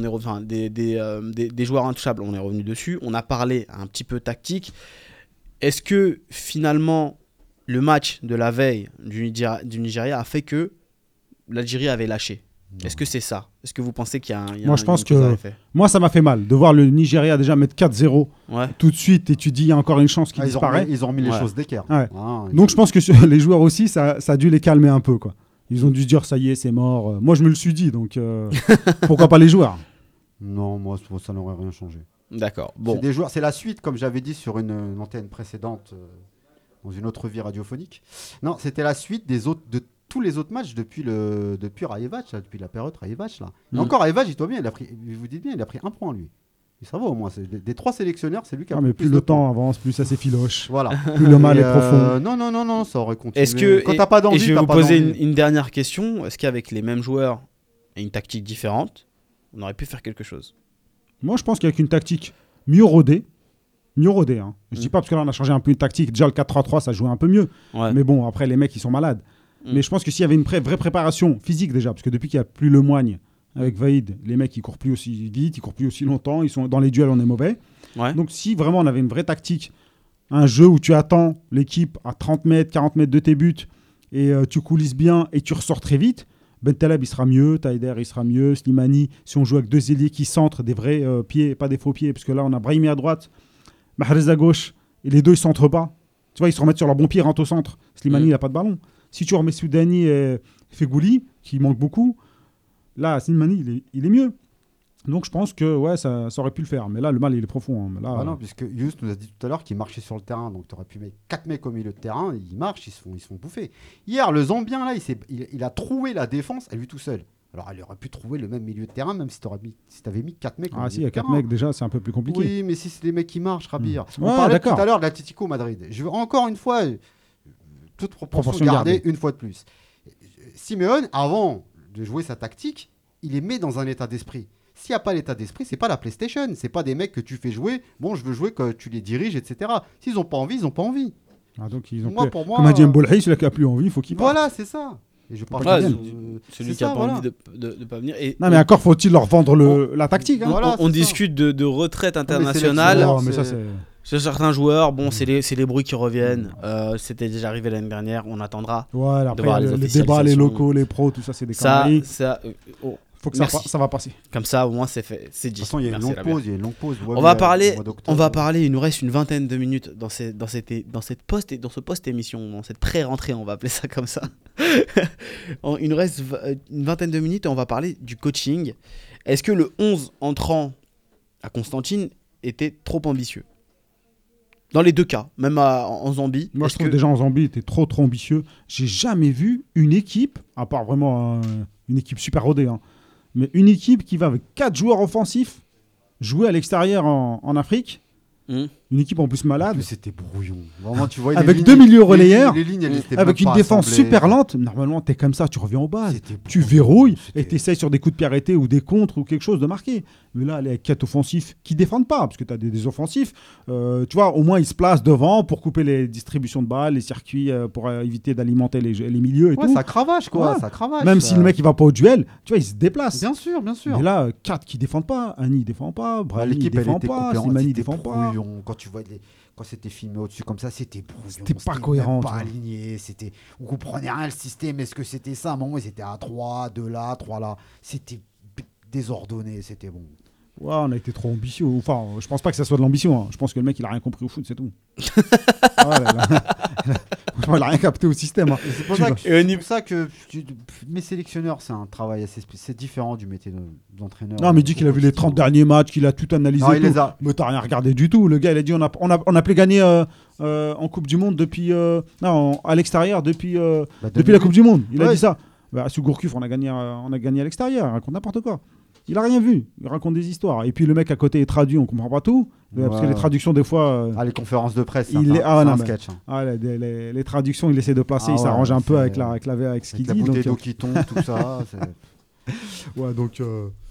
des joueurs intouchables, on est revenu dessus. On a parlé un petit peu tactique. Est-ce que finalement le match de la veille du Nigeria a fait que l'Algérie avait lâché. Est-ce que c'est ça? Est-ce que vous pensez qu'il y a un Moi, je pense que moi, ça m'a fait mal de voir le Nigeria déjà mettre 4-0 tout de suite et tu dis il y a encore une chance qu'il disparaît. Ils ont remis les choses d'équerre. Ouais. Donc je pense que les joueurs aussi, ça a dû les calmer un peu, quoi. Ils ont dû dire ça y est, c'est mort. Moi, je me le suis dit, donc pourquoi pas les joueurs? Non, moi, ça n'aurait rien changé. D'accord. Bon. C'est la suite, comme j'avais dit sur une antenne précédente, dans une autre vie radiophonique. Non, c'était la suite de tous les autres matchs depuis Rajevac, depuis la période Rajevac là. Et encore Rajevac, dis-toi bien, vous dites bien, il a pris un point lui. Et ça va au moins. Des 3 sélectionneurs, c'est lui qui a. Mais plus le temps avance, plus ça s'effiloche. Voilà. Plus le mal est profond. Non, ça aurait continué. Est-ce que quand t'as pas d'envie, et je vais vous poser une dernière question. Est-ce qu'avec les mêmes joueurs et une tactique différente, on aurait pu faire quelque chose? Moi, je pense qu'avec une tactique mieux rodée. Hein. Je dis pas parce que là on a changé un peu une tactique. Déjà le 4-3-3 ça jouait un peu mieux. Ouais. Mais bon après les mecs ils sont malades. Mais je pense que s'il y avait une vraie préparation physique déjà, parce que depuis qu'il n'y a plus le Moigne avec Vaïd, les mecs ils courent plus aussi vite, ils courent plus aussi longtemps, ils sont dans les duels on est mauvais. Ouais. Donc si vraiment on avait une vraie tactique, un jeu où tu attends l'équipe à 30 mètres, 40 mètres de tes buts et tu coulisses bien et tu ressors très vite, Bentaleb il sera mieux, Taider il sera mieux, Slimani, si on joue avec 2 ailiers qui centrent, des vrais pieds, pas des faux pieds, parce que là on a Brahimi à droite, Mahrez à gauche, et les deux ils centrent pas. Tu vois, ils se remettent sur leur bon pied, ils rentrent au centre. Slimani il a pas de ballon. Si tu remets Soudani et Fegouli, qui manque beaucoup, là Slimani il est mieux. Donc je pense que ouais, ça aurait pu le faire. Mais là le mal il est profond. Hein. Là, non, puisque Yus nous a dit tout à l'heure qu'il marchait sur le terrain, donc tu aurais pu mettre 4 mecs au milieu de terrain, ils marchent, ils se font bouffer. Hier le Zambien là, il a trouvé la défense à lui tout seul. Alors, elle aurait pu trouver le même milieu de terrain, même si tu avais mis 4 mecs. Ah, si, il y a 4 mecs déjà, c'est un peu plus compliqué. Oui, mais si c'est des mecs qui marchent, Rabir. On parlait tout à l'heure de l'Atlético Madrid. Je veux encore une fois, toute proportion gardée, une fois de plus. Simeone, avant de jouer sa tactique, il les met dans un état d'esprit. S'il n'y a pas l'état d'esprit, c'est pas la PlayStation. C'est pas des mecs que tu fais jouer. Bon, je veux jouer que tu les diriges, etc. S'ils n'ont pas envie, ils n'ont pas envie. Ah, donc, ils ont pour moi, comme a dit Mbolhi, celui qui n'a plus envie, il faut qu'il parte. Voilà, c'est ça. Et je parle celui qui n'a pas envie de pas venir. Non, mais encore faut-il leur vendre la tactique. Hein. Voilà, on discute de retraite internationale. Mais ça, sur certains joueurs, bon, c'est les bruits qui reviennent. C'était déjà arrivé l'année dernière. On attendra de voir les débats, les locaux, les pros, tout ça, c'est des conneries. Faut que ça va passer. Comme ça, au moins, c'est fait. C'est dit. De toute façon, il y a une longue pause. On va parler. Il nous reste une vingtaine de minutes dans ce post-émission, dans cette pré-rentrée, on va appeler ça comme ça. Il nous reste une vingtaine de minutes et on va parler du coaching. Est-ce que le 11 entrant à Constantine était trop ambitieux? Dans les deux cas, même en Zambie. Moi, je trouve déjà en Zambie, il était trop ambitieux. J'ai jamais vu une équipe, à part vraiment une équipe super rodée, hein, mais une équipe qui va avec 4 joueurs offensifs jouer à l'extérieur en Afrique. Une équipe en plus malade. Mais c'était brouillon. Vraiment, tu vois, avec 2 milieux relayeurs, avec une défense super lente. Normalement, t'es comme ça, tu reviens aux bases. Tu verrouilles et t'essayes sur des coups de pied arrêtés ou des contres ou quelque chose de marqué. Mais là, les 4 offensifs qui défendent pas, parce que t'as des offensifs. Tu vois, au moins, ils se placent devant pour couper les distributions de balles, les circuits, pour éviter d'alimenter les milieux et tout. Ça cravache, quoi. Ouais. Ça cravache. Même si le mec, il va pas au duel, tu vois, il se déplace. Bien sûr. Mais là, 4 qui défendent pas. Annie défend pas. Brahimi défend pas. Slimani défend pas. Quand tu vois quand c'était filmé au-dessus comme ça, c'était brouillon. C'était pas cohérent. Pas aligné. On comprenait rien le système. Est-ce que c'était ça? À un moment, c'était à 3, 2 là, 3 là. C'était désordonné. C'était bon. Ouais, on a été trop ambitieux. Enfin, je pense pas que ça soit de l'ambition. Hein. Je pense que le mec, il a rien compris au foot, c'est tout. Franchement, il a rien capté au système. Hein. C'est pour ça que mes sélectionneurs, c'est un travail assez c'est différent du métier d'entraîneur. Non, mais il dit qu'il a vu les 30 derniers matchs, qu'il a tout analysé. Non, mais t'as rien regardé du tout. Le gars, il a dit on a plus gagné en Coupe du Monde depuis à l'extérieur depuis la Coupe du Monde. Il a dit ça. Sous Gourcuff, on a gagné à l'extérieur. Il raconte n'importe quoi. Il a rien vu, il raconte des histoires. Et puis le mec à côté est traduit, on comprend pas tout. Parce que les traductions, des fois. Les conférences de presse, c'est un sketch. Les traductions, il essaie de placer, il s'arrange un peu avec ce qu'il dit. La bouteille d'eau qui tombe, tout ça. Ouais, donc.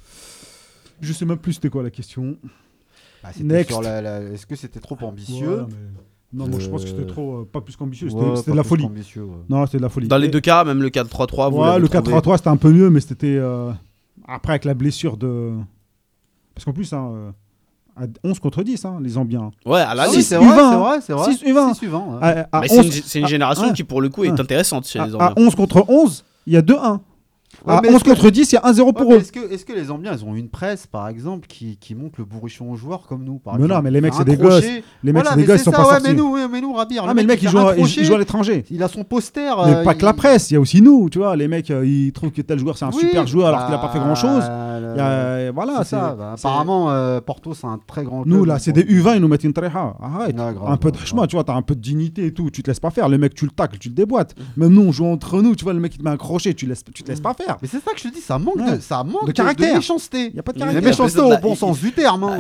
Je sais même plus c'était quoi la question. Next. Est-ce que c'était trop ambitieux? Non, moi je pense que c'était trop. Pas plus qu'ambitieux, c'était de la folie. Non, c'était de la folie. Dans les deux cas, même le 4-3-3, vous l'avez le 4-3-3, c'était un peu mieux, mais c'était. Après, avec la blessure de. Parce qu'en plus, à 11 contre 10, les Zambiens. Ouais, à la liste. C'est vrai. 6 suivants. C'est une génération qui, pour le coup, est intéressante chez les Zambiens. À 11 contre 11, il y a 2-1. À 11 contre 10, il y a 1-0 pour eux. Est-ce que les Zambiens, ils ont une presse, par exemple, qui montre le bourrichon aux joueurs comme nous, par Mais exemple. non, mais les mecs, c'est des gosses. Les mecs, c'est des gosses, ils sont pas sortis. Mais nous, Rabir. Ah, mais le mec, il joue à l'étranger. Il a son poster. Mais pas que la presse, il y a aussi nous, tu vois. Les mecs, ils trouvent que tel joueur, c'est un super joueur alors qu'il a pas fait grand-chose. Voilà, c'est ça. Apparemment, Porto, c'est un très grand club. Nous, là, c'est des U20, ils nous mettent une tréha. Arrête. Un peu de chemin, tu vois, t'as un peu de dignité et tout. Tu te laisses pas faire. Le mec, tu le tacles, tu le déboîtes. Même nous, on joue entre nous, tu vois, le mec, il te met un crochet, tu te laisses pas faire. Mais c'est ça que je te dis, ça manque de caractère. De méchanceté. Il y a pas de caractère. La méchanceté au bon sens du terme.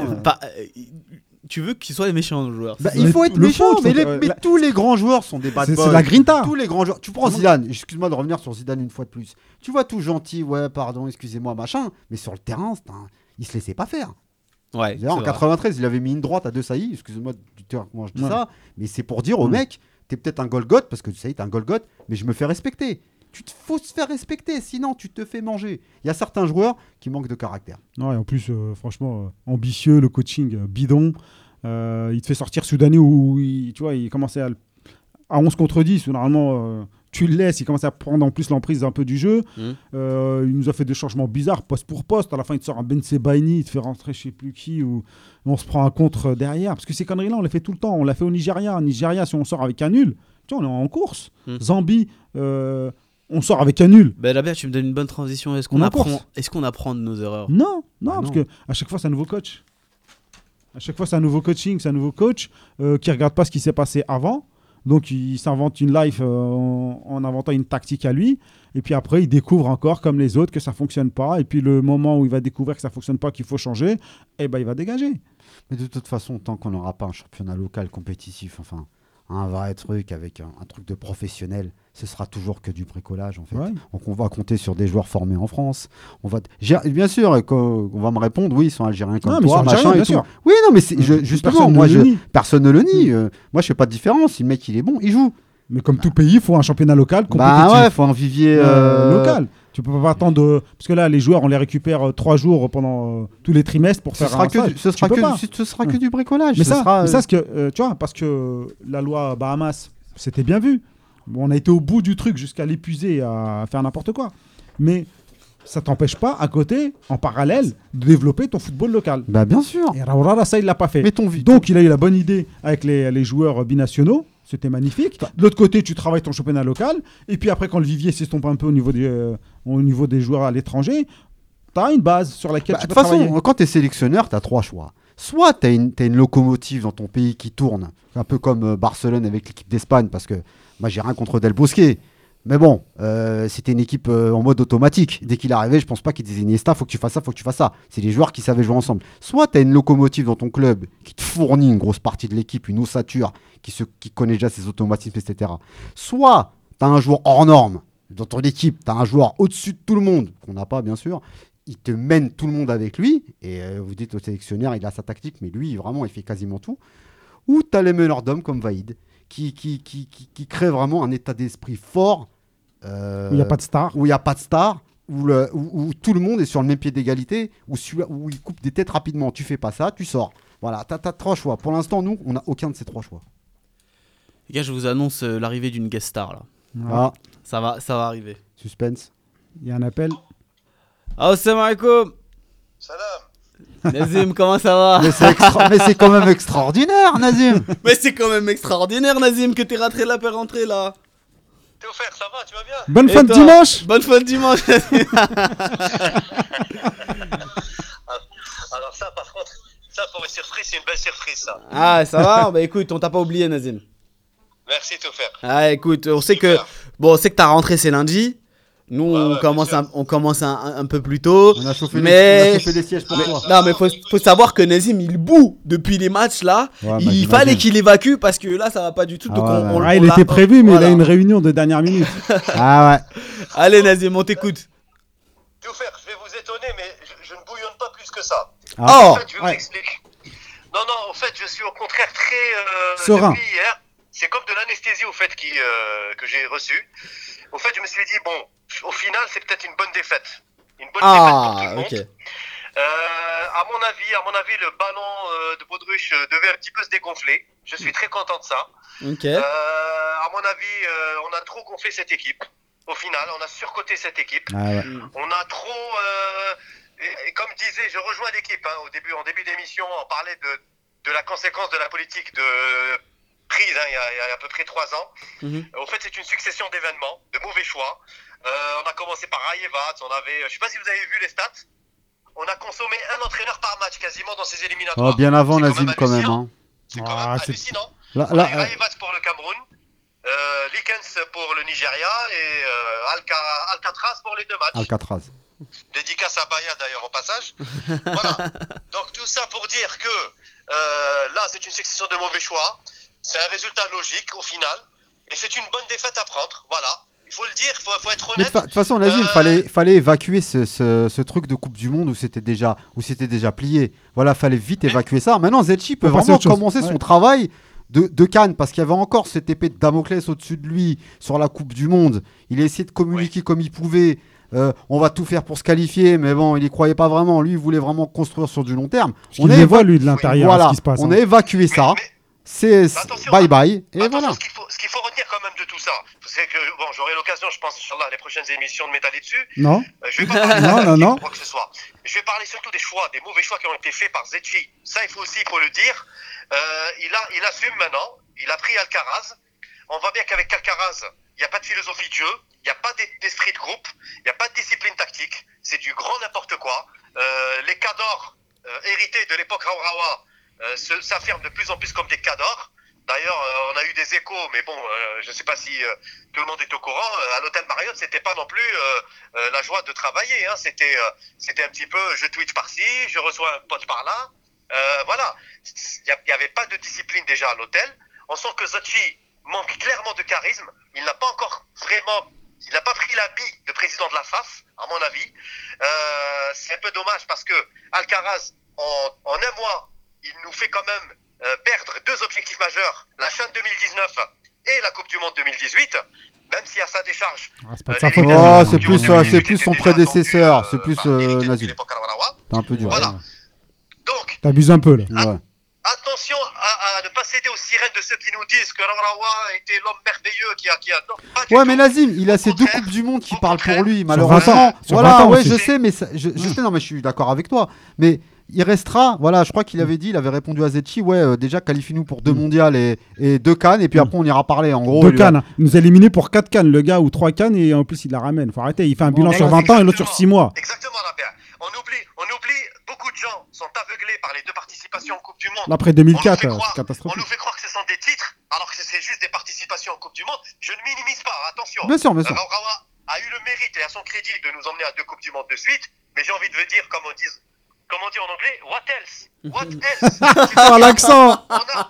Tu veux qu'ils soient les méchants joueurs. Il faut être méchant, mais tous les grands joueurs sont des bad boys. C'est la grinta. Tous les grands joueurs. Tu prends Zidane, excuse-moi de revenir sur Zidane une fois de plus. Tu vois tout gentil, ouais, pardon, excusez-moi, machin, mais sur le terrain, il se laissait pas faire. Ouais, en 93, il avait mis une droite à deux saillies, excusez-moi du terme comment je dis ça, mais c'est pour dire au mec, t'es peut-être un Golgoth, parce que tu sais, t'es un Golgoth, mais je me fais respecter. Faut se faire respecter, sinon tu te fais manger. Il y a certains joueurs qui manquent de caractère. Ouais, en plus, franchement, ambitieux, le coaching bidon. Il te fait sortir Soudani où tu vois, il commençait à 11 contre 10. Normalement, tu le laisses. Il commençait à prendre en plus l'emprise un peu du jeu. Il nous a fait des changements bizarres, poste pour poste. À la fin, il te sort un Ben Sebaini, il te fait rentrer je sais plus qui. Ou on se prend un contre derrière. Parce que ces conneries-là, on les fait tout le temps. On l'a fait au Nigeria. Nigeria, si on sort avec un nul, tu vois, on est en course. Zambie. On sort avec un nul. Ben là, tu me donnes une bonne transition. Est-ce qu'on apprend de nos erreurs? Non, parce que à chaque fois, c'est un nouveau coach. À chaque fois, c'est un nouveau coaching, c'est un nouveau coach qui ne regarde pas ce qui s'est passé avant. Donc, il s'invente une life en inventant une tactique à lui. Et puis après, il découvre encore, comme les autres, que ça ne fonctionne pas. Et puis, le moment où il va découvrir que ça ne fonctionne pas, qu'il faut changer, il va dégager. Mais de toute façon, tant qu'on n'aura pas un championnat local compétitif, enfin, un vrai truc avec un truc de professionnel, ce sera toujours que du bricolage en fait. Ouais. Donc on va compter sur des joueurs formés en France. Bien sûr, on va me répondre, oui, ils sont algériens comme toi, machin et tout. Oui, non, mais justement, personne ne le nie. Moi, je fais pas de différence. Si le mec il est bon, il joue. Mais comme tout pays, il faut un championnat local compétitif. Bah ouais, il faut un vivier local. Tu peux pas attendre parce que là, les joueurs, on les récupère 3 jours pendant tous les trimestres pour faire un stage. Ce sera que du bricolage. Mais ça, tu vois, parce que la loi Bahamas, c'était bien vu. Bon, on a été au bout du truc jusqu'à l'épuiser à faire n'importe quoi. Mais ça t'empêche pas, à côté, en parallèle, de développer ton football local. Bah bien sûr. Et Raoura, ça, il l'a pas fait. Donc, il a eu la bonne idée avec les joueurs binationaux. C'était magnifique. De l'autre côté, tu travailles ton championnat local. Et puis après, quand le vivier s'estompe un peu au niveau des joueurs à l'étranger, tu as une base sur laquelle tu peux travailler. De toute façon, quand tu es sélectionneur, tu as 3 choix. Soit tu as une locomotive dans ton pays qui tourne, un peu comme Barcelone avec l'équipe d'Espagne, parce que moi, j'ai rien contre Del Bosque. Mais bon, c'était une équipe en mode automatique. Dès qu'il arrivait, je pense pas qu'il disait Iniesta, faut que tu fasses ça, faut que tu fasses ça. C'est les joueurs qui savaient jouer ensemble. Soit tu as une locomotive dans ton club qui te fournit une grosse partie de l'équipe, une ossature qui connaît déjà ses automatismes, etc. Soit tu as un joueur hors norme dans ton équipe, tu as un joueur au-dessus de tout le monde, qu'on n'a pas bien sûr. Il te mène tout le monde avec lui. Et vous dites au sélectionneur, il a sa tactique, mais lui, vraiment, il fait quasiment tout. Ou tu as les meneurs d'hommes comme Vaïd, qui crée vraiment un état d'esprit fort. Où il n'y a pas de star. Où tout le monde est sur le même pied d'égalité, où il coupe des têtes rapidement. Tu fais pas ça, tu sors. Voilà, tu as 3 choix. Pour l'instant, nous, on n'a aucun de ces 3 choix. Les gars, je vous annonce l'arrivée d'une guest star là. Ah. Ça va arriver. Suspense. Il y a un appel. Assalamu alaikum. Salam. Nazim, comment ça va? Mais c'est quand même extraordinaire, Nazim. Mais c'est quand même extraordinaire, Nazim, que t'es rentré là pour rentrer là. T'es offert, ça va, tu vas bien? Bonne fin de dimanche. Bonne fin de dimanche. Alors ça, par contre, ça pour une surprise, c'est une belle surprise, ça. Ah, ça va? Bah écoute, on t'a pas oublié, Nazim. Merci, Taufer. Ah, écoute, on sait que ta rentrée c'est lundi. Nous, on commence un peu plus tôt. On a chauffé les sièges pour toi. Non, mais faut savoir que Nazim, il boue depuis les matchs là. Ouais, il fallait qu'il évacue parce que là, ça va pas du tout. Donc il était prévu, mais il a une réunion de dernière minute. Ah ouais. Allez, Nazim, on t'écoute. Taufer, je vais vous étonner, mais je ne bouillonne pas plus que ça. Ah. En fait, je vous explique. Non, en fait, je suis au contraire très serein. Depuis hier. C'est comme de l'anesthésie, au fait, que j'ai reçue. Au fait, je me suis dit, bon, au final, c'est peut-être une bonne défaite. Une bonne défaite pour tout le monde. Okay. À mon avis, le ballon de Baudruche devait un petit peu se dégonfler. Je suis très content de ça. Okay. À mon avis, on a trop gonflé cette équipe. au final. On a surcoté cette équipe. Ah ouais. On a trop... et comme disait, je rejoins l'équipe. Hein, en début d'émission, on parlait de la conséquence de la politique prise il y a à peu près 3 ans. Au fait, c'est une succession d'événements, de mauvais choix. On a commencé par Rayevat. Je ne sais pas si vous avez vu les stats. On a consommé un entraîneur par match quasiment dans ces éliminatoires. Oh, bien avant Nazim quand même. Hein. C'est quand même hallucinant. Rayevat pour le Cameroun, Likens pour le Nigeria et Alcatraz pour les 2 matchs. Alcatraz. Dédicace à Baya d'ailleurs au passage. Voilà. Donc tout ça pour dire que là c'est une succession de mauvais choix. C'est un résultat logique au final. Et c'est une bonne défaite à prendre. Voilà. Il faut le dire, il faut être honnête. De toute façon, Nazim, fallait évacuer ce truc de Coupe du Monde où c'était déjà plié. Voilà, fallait vite évacuer ça. Maintenant, Zetchi peut vraiment commencer son travail de Cannes, parce qu'il y avait encore cette épée de Damoclès au-dessus de lui sur la Coupe du Monde. Il a essayé de communiquer comme il pouvait. On va tout faire pour se qualifier, mais bon, il y croyait pas vraiment. Lui, il voulait vraiment construire sur du long terme. On voit lui de l'intérieur, voilà, ce qui se passe. On a évacué ça. C'est bye bye. Et voilà. Ce qu'il faut retenir quand même de tout ça, c'est que j'aurai l'occasion, je pense, Inch'Allah, les prochaines émissions de m'étaler dessus. Non. Je vais pas parler non. quoi que ce soit. Je vais parler surtout des mauvais choix qui ont été faits par Zetchi. Ça, il faut le dire. Il assume maintenant. Il a pris Alcaraz. On voit bien qu'avec Alcaraz, il n'y a pas de philosophie de jeu. Il n'y a pas d'esprit de groupe. Il n'y a pas de discipline tactique. C'est du grand n'importe quoi. Les cadors hérités de l'époque Raourawa s'affirment de plus en plus comme des cadors. D'ailleurs, on a eu des échos, mais bon, je ne sais pas si tout le monde est au courant. À l'hôtel Marriott, c'était pas non plus la joie de travailler. Hein. C'était un petit peu, je tweet par-ci, je reçois un pote par-là. Voilà, il n'y avait pas de discipline déjà à l'hôtel. On sent que Zetchi manque clairement de charisme. Il n'a pas encore vraiment, il n'a pas pris l'habit de président de la FAF, à mon avis. C'est un peu dommage parce que Alcaraz, en un mois, il nous fait quand même perdre 2 objectifs majeurs, la CHAN 2019 et la Coupe du Monde 2018, même s'il y a sa décharge. C'est pas de sa faute. C'est plus son prédécesseur, c'est plus Nazim. C'est un peu dur. Voilà. Donc, t'abuses un peu là. Ouais. Attention à ne pas céder aux sirènes de ceux qui nous disent que Raourawa était l'homme merveilleux qui a... Non, pas du ouais, tout. mais Nazim, il a ces 2 Coupes du Monde qui parlent pour lui, malheureusement. Voilà, ouais, je sais, mais je sais, non, mais je suis d'accord avec toi. Mais il restera, voilà, je crois qu'il avait dit, il avait répondu à Zetchi, déjà qualifie-nous pour 2 mondiales et 2 cannes, et puis après on ira parler. En gros, 2 cannes, il nous a éliminé pour 4 cannes, le gars, ou 3 cannes, et en plus il la ramène. Faut arrêter, il fait un bilan sur 20 ans et l'autre sur 6 mois. Exactement, Robert. On oublie, beaucoup de gens sont aveuglés par les 2 participations en Coupe du Monde. Après 2004, c'est catastrophique. On nous fait croire que ce sont des titres, alors que c'est juste des participations en Coupe du Monde. Je ne minimise pas, attention. Bien sûr. Raourawa a eu le mérite et à son crédit de nous emmener à 2 Coupes du Monde de suite, mais j'ai envie de vous dire, comme on dit en anglais, what else? Par l'accent.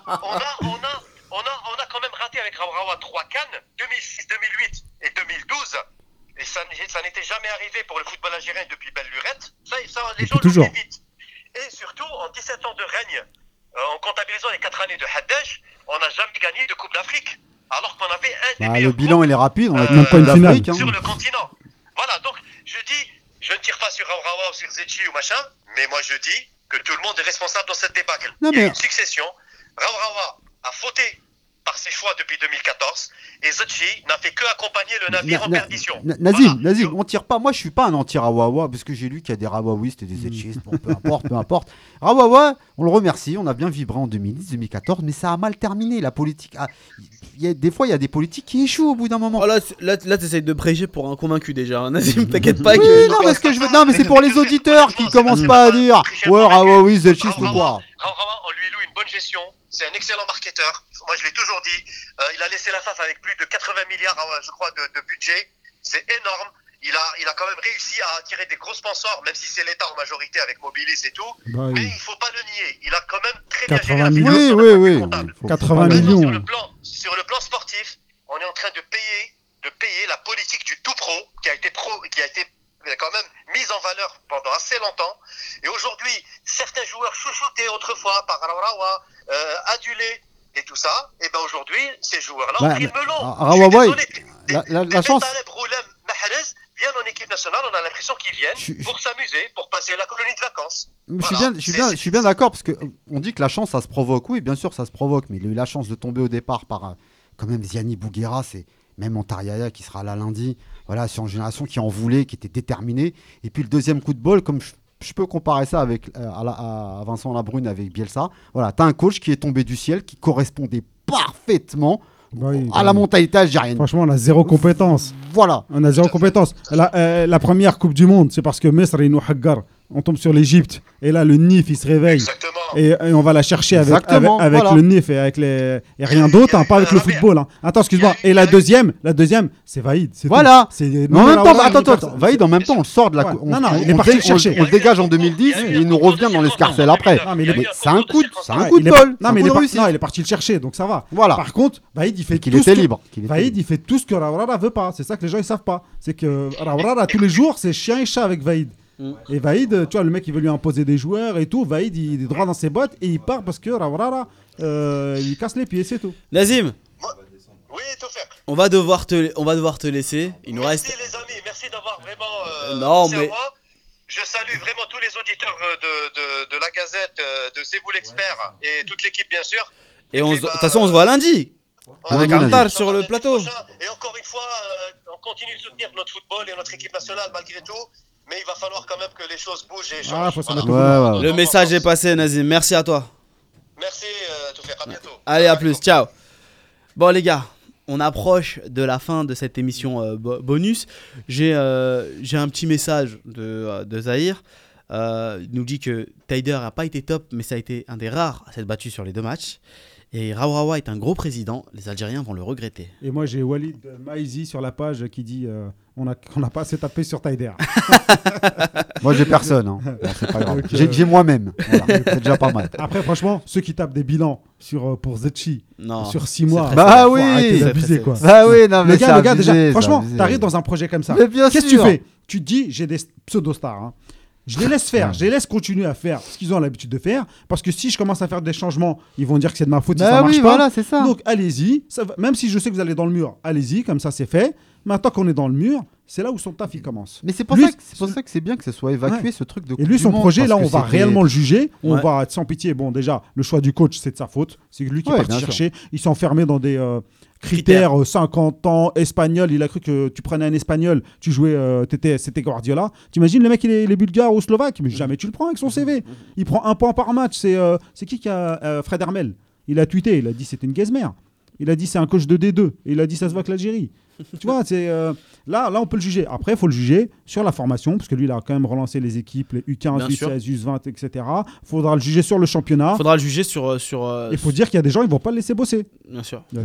On a quand même raté avec Raourawa 3 cannes, 2006, 2008 et 2012. Et ça n'était jamais arrivé pour le football algérien depuis belle lurette. Ça les gens l'oublient vite. Et surtout, en 17 ans de règne, en comptabilisant les 4 années de Haddech, on n'a jamais gagné de Coupe d'Afrique. Alors qu'on avait un des meilleurs le bilan, il est rapide, on a même pas une finale sur le continent. Voilà, donc je dis, je ne tire pas sur Raourawa ou sur Zetchi ou machin, mais moi je dis que tout le monde est responsable dans cette débâcle. Il y a une succession. Raourawa a fauté par ses choix depuis 2014 et Zetchi n'a fait que accompagner le navire en perdition. Nazim, on tire pas. Moi, je suis pas un anti-Rawawa parce que j'ai lu qu'il y a des Rawawistes et des Zetchistes. Bon, peu importe. Rawawa, on le remercie. On a bien vibré en 2010-2014, mais ça a mal terminé. La politique. Des fois, il y a des politiques qui échouent au bout d'un moment. Oh là, tu essayes de prêcher pour un convaincu déjà. Nazim, t'inquiète pas. Non, mais c'est pour les auditeurs qui commencent pas à dire ouais, Rawawi, Zetchiste ou quoi. Raourawa, on lui loue une bonne gestion. C'est un excellent marketeur. Moi, je l'ai toujours dit. Il a laissé la FAF avec plus de 80 milliards, je crois, de budget. C'est énorme. Il a quand même réussi à attirer des gros sponsors, même si c'est l'État en majorité avec Mobilis et tout. Mais il ne faut pas le nier. Il a quand même très bien géré la finance. Oui. 80 millions. Sur le plan sportif, on est en train de payer la politique du tout pro, qui a été quand même mise en valeur pendant assez longtemps. Et aujourd'hui, certains joueurs chouchoutés autrefois par Raourawa, adulés et tout ça, et ben aujourd'hui, ces joueurs-là ont pris le melon. Raourawa, la chance. Viennent en équipe nationale, on a l'impression qu'ils viennent pour s'amuser, pour passer la colonie de vacances. Je suis bien d'accord parce qu'on dit que la chance, ça se provoque. Oui, bien sûr, ça se provoque, mais il a eu la chance de tomber au départ par quand même Ziani Bouguera, Même Antariaya qui sera là lundi. Voilà, c'est une génération qui en voulait, qui était déterminée. Et puis le deuxième coup de bol, comme je peux comparer ça avec, à Vincent Labrune avec Bielsa. Voilà, tu as un coach qui est tombé du ciel, qui correspondait parfaitement à la mentalité algérienne. Franchement, on a zéro compétence. Voilà. On a zéro compétence. La première Coupe du Monde, c'est parce que Misr, il nous haggar. On tombe sur l'Égypte. Et là, le NIF, il se réveille. Et on va la chercher avec voilà. Le NIF et avec les... Et rien d'autre, pas avec le football. Hein. Attends, excuse-moi. Et la deuxième, c'est Vaïd. Voilà. C'est... En même temps, attends. Vaïd, en même temps, on le sort de la... Non, il est parti le chercher. On le dégage en 2010 et il nous revient dans l'escarcelle après. C'est un coup de bol. Non, mais il est parti le chercher, donc ça va. Voilà. Par contre, Vaïd, il fait qu'il était libre. Vaïd, il fait tout ce que Rawrara veut pas. C'est ça que les gens, ils savent pas. C'est que Rawrara, tous les jours, c'est chien et chat avec Vaïd. Et Vaïd, tu vois, le mec il veut lui imposer des joueurs et tout. Vaïd il est droit dans ses bottes et il part parce que Rawrara il casse les pieds, c'est tout. Nazim, oui, tout faire. On va devoir te laisser. Il nous merci reste. Les amis, merci d'avoir vraiment. Non mais. Moi. Je salue vraiment tous les auditeurs de la Gazette, de C'est vous l'expert et toute l'équipe bien sûr. Et de toute façon on se voit lundi. Avec Antar sur le plateau. Et encore une fois, on continue de soutenir notre football et notre équipe nationale malgré tout. Mais il va falloir quand même que les choses bougent et changent. Le message est passé, Nazim. Merci à toi. Merci, Toufer. À bientôt. Allez, à plus. Ciao. Bon, les gars, on approche de la fin de cette émission bonus. J'ai un petit message de Zahir. Il nous dit que Taider n'a pas été top, mais ça a été un des rares à s'être battu sur les 2 matchs. Et Rawraoua est un gros président, les Algériens vont le regretter. Et moi j'ai Walid Maïzi sur la page qui dit on n'a pas assez tapé sur Taider. Moi j'ai personne, hein. C'est pas grave. J'ai moi-même, voilà. C'est déjà pas mal. Après franchement, ceux qui tapent des bilans pour Zetchi sur 6 mois, bah oui, arrêtez d'abuser quoi. Bah oui, non mais le gars déjà, franchement, t'arrives dans un projet comme ça. Qu'est-ce que tu fais? Tu te dis j'ai des pseudo-stars, hein. Je les laisse faire, je les laisse continuer à faire ce qu'ils ont l'habitude de faire, parce que si je commence à faire des changements, ils vont dire que c'est de ma faute si ça marche pas. Voilà, c'est ça. Donc allez-y, même si je sais que vous allez dans le mur, allez-y, comme ça c'est fait. Maintenant qu'on est dans le mur, c'est là où son taf il commence. Mais c'est pour ça que c'est bien que ce soit évacué ce truc de. Et lui son projet là, on va réellement le juger, on va sans pitié. Bon déjà, le choix du coach c'est de sa faute, c'est lui qui est parti chercher. Il s'est enfermé dans des critères 50 ans, espagnol. Il a cru que tu prenais un espagnol, tu jouais, c'était Guardiola. T'imagines le mec il est bulgare ou slovaque, mais jamais tu le prends avec son CV. Il prend 1 point par match. C'est qui a Fred Hermel? Il a tweeté, il a dit c'était une gazmère. Il a dit c'est un coach de D2 et il a dit ça se voit que l'Algérie. Tu vois, là on peut le juger. Après il faut le juger sur la formation parce que lui il a quand même relancé les équipes, les U15, U16, U20, etc. Il faudra le juger sur le championnat. Il faudra le juger sur. Il faut dire qu'il y a des gens ils vont pas le laisser bosser. Bien sûr. Il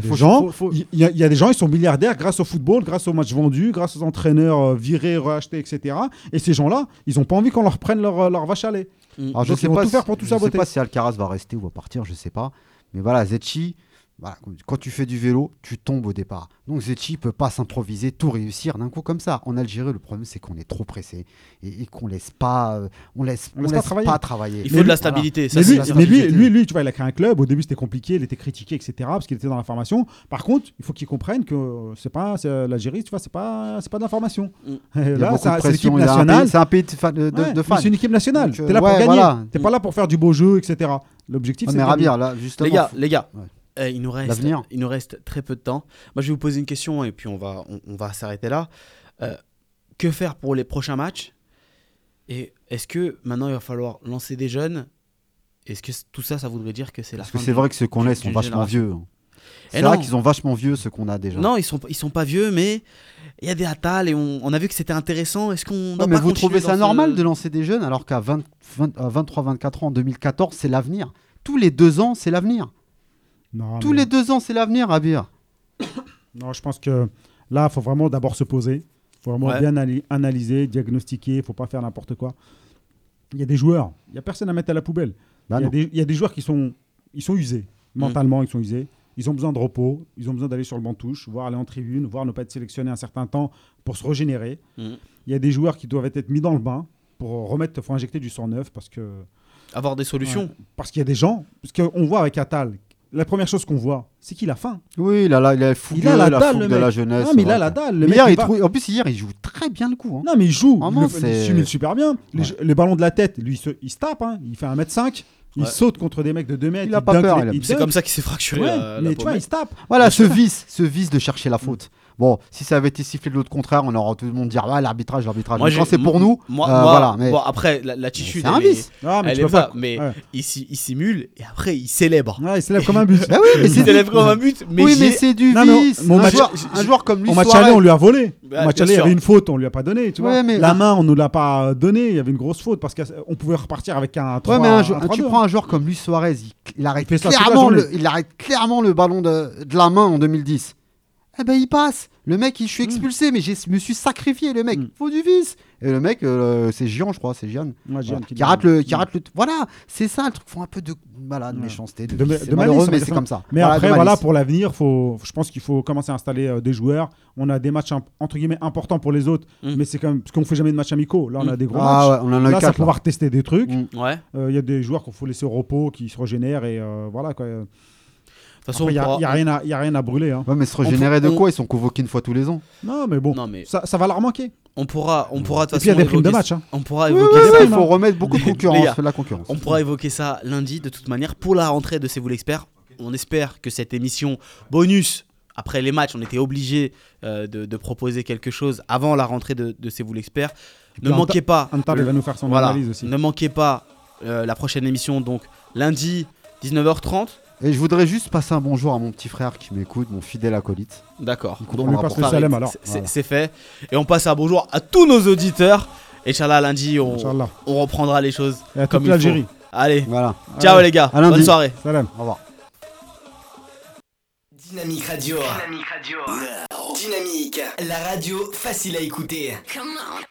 y a des gens ils sont milliardaires grâce au football, grâce aux matchs vendus, grâce aux entraîneurs virés, rachetés, etc. Et ces gens-là ils ont pas envie qu'on leur prenne leur vache à lait. Alors je sais pas si Alcaraz va rester ou va partir, je sais pas. Mais voilà, Zetchi. Voilà, quand tu fais du vélo, tu tombes au départ. Donc Zetchi ne peut pas s'improviser, tout réussir d'un coup comme ça. En Algérie, le problème c'est qu'on est trop pressé et qu'on laisse pas, on laisse pas travailler. Il faut de la stabilité. Voilà. Mais lui, tu vois, il a créé un club. Au début, c'était compliqué, il était critiqué, etc. Parce qu'il était dans la formation. Par contre, il faut qu'il comprenne que l'Algérie, tu vois, c'est pas de la formation. Là, c'est l'équipe nationale. C'est un pays de fans. C'est une équipe nationale. T'es là pour gagner. Voilà. T'es pas là pour faire du beau jeu, etc. L'objectif, c'est. Mais Rabir, là, justement. Les gars. Il nous reste très peu de temps. Moi, je vais vous poser une question et puis on va s'arrêter là. Que faire pour les prochains matchs? Et est-ce que maintenant il va falloir lancer des jeunes? Est-ce que tout ça, ça voudrait dire que c'est la fin? Parce que c'est vrai que ceux qu'on laisse sont vachement vieux. C'est vrai qu'ils sont vachement vieux, ceux qu'on a déjà. Non, ils sont pas vieux, mais il y a des Attal et on a vu que c'était intéressant. Est-ce qu'on doit pas vous trouvez ça normal de lancer des jeunes alors qu'à 23-24 ans, en 2014, c'est l'avenir? Tous les 2 ans, c'est l'avenir. Tous les 2 ans, c'est l'avenir, Rabir. Non, je pense que là, il faut vraiment d'abord se poser. Il faut vraiment bien analyser, diagnostiquer. Il ne faut pas faire n'importe quoi. Il y a des joueurs. Il n'y a personne à mettre à la poubelle. Il y a des joueurs qui sont usés. Mentalement, ils sont usés. Ils ont besoin de repos. Ils ont besoin d'aller sur le banc de touche, voire aller en tribune, voire ne pas être sélectionnés un certain temps pour se régénérer. Il y a des joueurs qui doivent être mis dans le bain pour remettre. Il faut injecter du sang neuf parce que... Avoir des solutions. Parce qu'il y a des gens... Parce qu'on voit avec Attal... La première chose qu'on voit, c'est qu'il a faim. Oui, il a la fougue de la jeunesse. Non, mais il a la dalle. En plus, hier, il joue très bien le coup. Hein. Non, mais il joue. Il simule super bien. Les ballons de la tête, lui, il se tape. Hein. Il fait 1m5. Il saute contre des mecs de 2 mètres. Il a pas peur. C'est comme ça qu'il s'est fracturé. Mais tu vois, il se tape. Voilà, ce vice de chercher la faute. Bon, si ça avait été sifflé de l'autre contraire, on aurait tout le monde dire l'arbitrage. Moi, Mais quand c'est pour nous, voilà. Mais... Bon, après, l'attitude, c'est un vice. Elle est pas. Mais il simule et après il célèbre. Ouais, il célèbre comme un but. Bah oui, mais il célèbre comme un but. Mais mais c'est du vice. Un joueur comme lui. Au match aller, on lui a volé. Bah, au match aller, il y avait une faute, on lui a pas donné. Tu vois. La main, on nous l'a pas donné. Il y avait une grosse faute parce qu'on pouvait repartir avec un 3. Ouais, mais tu prends un joueur comme Luis Suarez, il arrête clairement le ballon de la main en 2010. Eh ben il passe. Le mec, je suis expulsé, mais je me suis sacrifié. Le mec, faut du vice. Et le mec, c'est Gian, je crois, c'est Gian. Ouais, Gian qui rate le. Voilà, c'est ça le truc. Faut un peu de méchanceté, de malheureux, mais c'est comme ça. Mais après, voilà, pour l'avenir, je pense qu'il faut commencer à installer des joueurs. On a des matchs entre guillemets importants pour les autres, mais c'est quand même parce qu'on fait jamais de matchs amicaux. Là, on a des gros matchs. Ouais, on en a là, 4, ça va pouvoir tester des trucs. Ouais. Il y a des joueurs qu'il faut laisser au repos, qui se régénèrent et voilà quoi. De toute façon, il n'y a rien à brûler. Hein. Ouais, mais se régénérer de quoi? Ils sont convoqués une fois tous les ans. Non, mais bon, ça va leur manquer. On pourra de toute façon. Et puis il y a des primes de match. Hein. On pourra évoquer ça. Il faut remettre beaucoup de concurrence. La concurrence. On pourra évoquer ça lundi de toute manière pour la rentrée de C'est vous l'expert. On espère que cette émission bonus, après les matchs, on était obligé de proposer quelque chose avant la rentrée de C'est vous l'expert. Ne manquez pas. Antal va nous faire son analyse aussi. Ne manquez pas la prochaine émission, donc lundi 19h30. Et je voudrais juste passer un bonjour à mon petit frère qui m'écoute, mon fidèle acolyte. D'accord. On lui passe le salam alors. C'est fait. Et on passe un bonjour à tous nos auditeurs. Et Inch'Allah, lundi, on reprendra les choses comme il faut. Allez, voilà. Ciao les gars. Bonne soirée. Salam. Au revoir. Dynamique Radio. Dynamique, la radio facile à écouter. Come on.